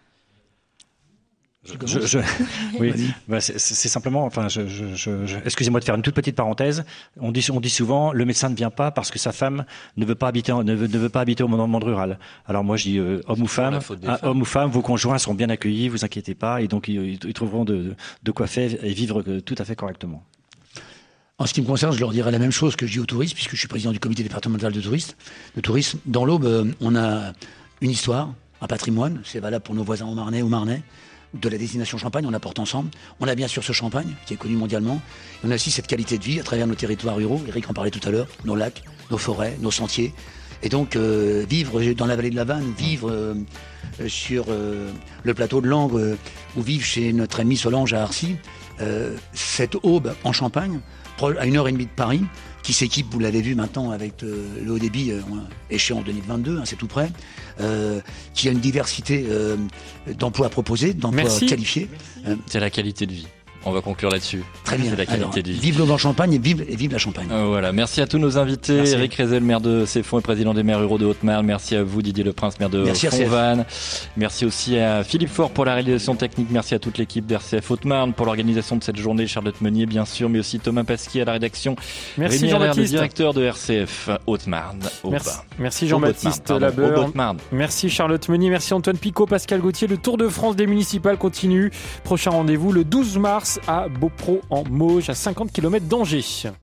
Oui, c'est simplement. Enfin, excusez-moi de faire une toute petite parenthèse. On dit souvent, le médecin ne vient pas parce que sa femme ne veut pas habiter au monde rural. Alors moi, je dis homme ou femme, vos conjoints sont bien accueillis, vous inquiétez pas, et donc ils trouveront de quoi faire et vivre tout à fait correctement. En ce qui me concerne, je leur dirais la même chose que je dis aux touristes, puisque je suis président du comité départemental de tourisme. Dans l'Aube, on a une histoire, un patrimoine, c'est valable pour nos voisins au Marnais, de la destination Champagne, on apporte ensemble. On a bien sûr ce Champagne, qui est connu mondialement. Et on a aussi cette qualité de vie à travers nos territoires ruraux. Eric en parlait tout à l'heure, nos lacs, nos forêts, nos sentiers. Et donc, vivre dans la vallée de la Vanne, vivre sur le plateau de Langres, ou vivre chez notre amie Solange à Arcy, cette aube en Champagne, à 1h30 de Paris, qui s'équipe, vous l'avez vu maintenant, avec le haut débit échéant 2022, c'est tout près, qui a une diversité d'emplois proposés, d'emplois qualifiés. C'est la qualité de vie. On va conclure là-dessus. Très bien. C'est la qualité de vie. Vive l'eau en Champagne et vive la Champagne. Voilà. Merci à tous nos invités. Merci. Eric Rezel, maire de Ceffonds et président des maires ruraux de Haute-Marne. Merci à vous, Didier Leprince, maire de Fontvannes. Merci aussi à Philippe Faure pour la réalisation technique. Merci à toute l'équipe d'RCF Haute-Marne pour l'organisation de cette journée. Charlotte Meunier, bien sûr, mais aussi Thomas Pasquier à la rédaction. Merci Rémi Jean-Baptiste, le directeur de RCF Haute-Marne. Merci Jean-Baptiste Labeur. Merci Charlotte Meunier. Merci Antoine Picot, Pascal Gauthier. Le Tour de France des municipales continue. Prochain rendez-vous le 12 mars à Beaupro en Mauges, à 50 km d'Angers.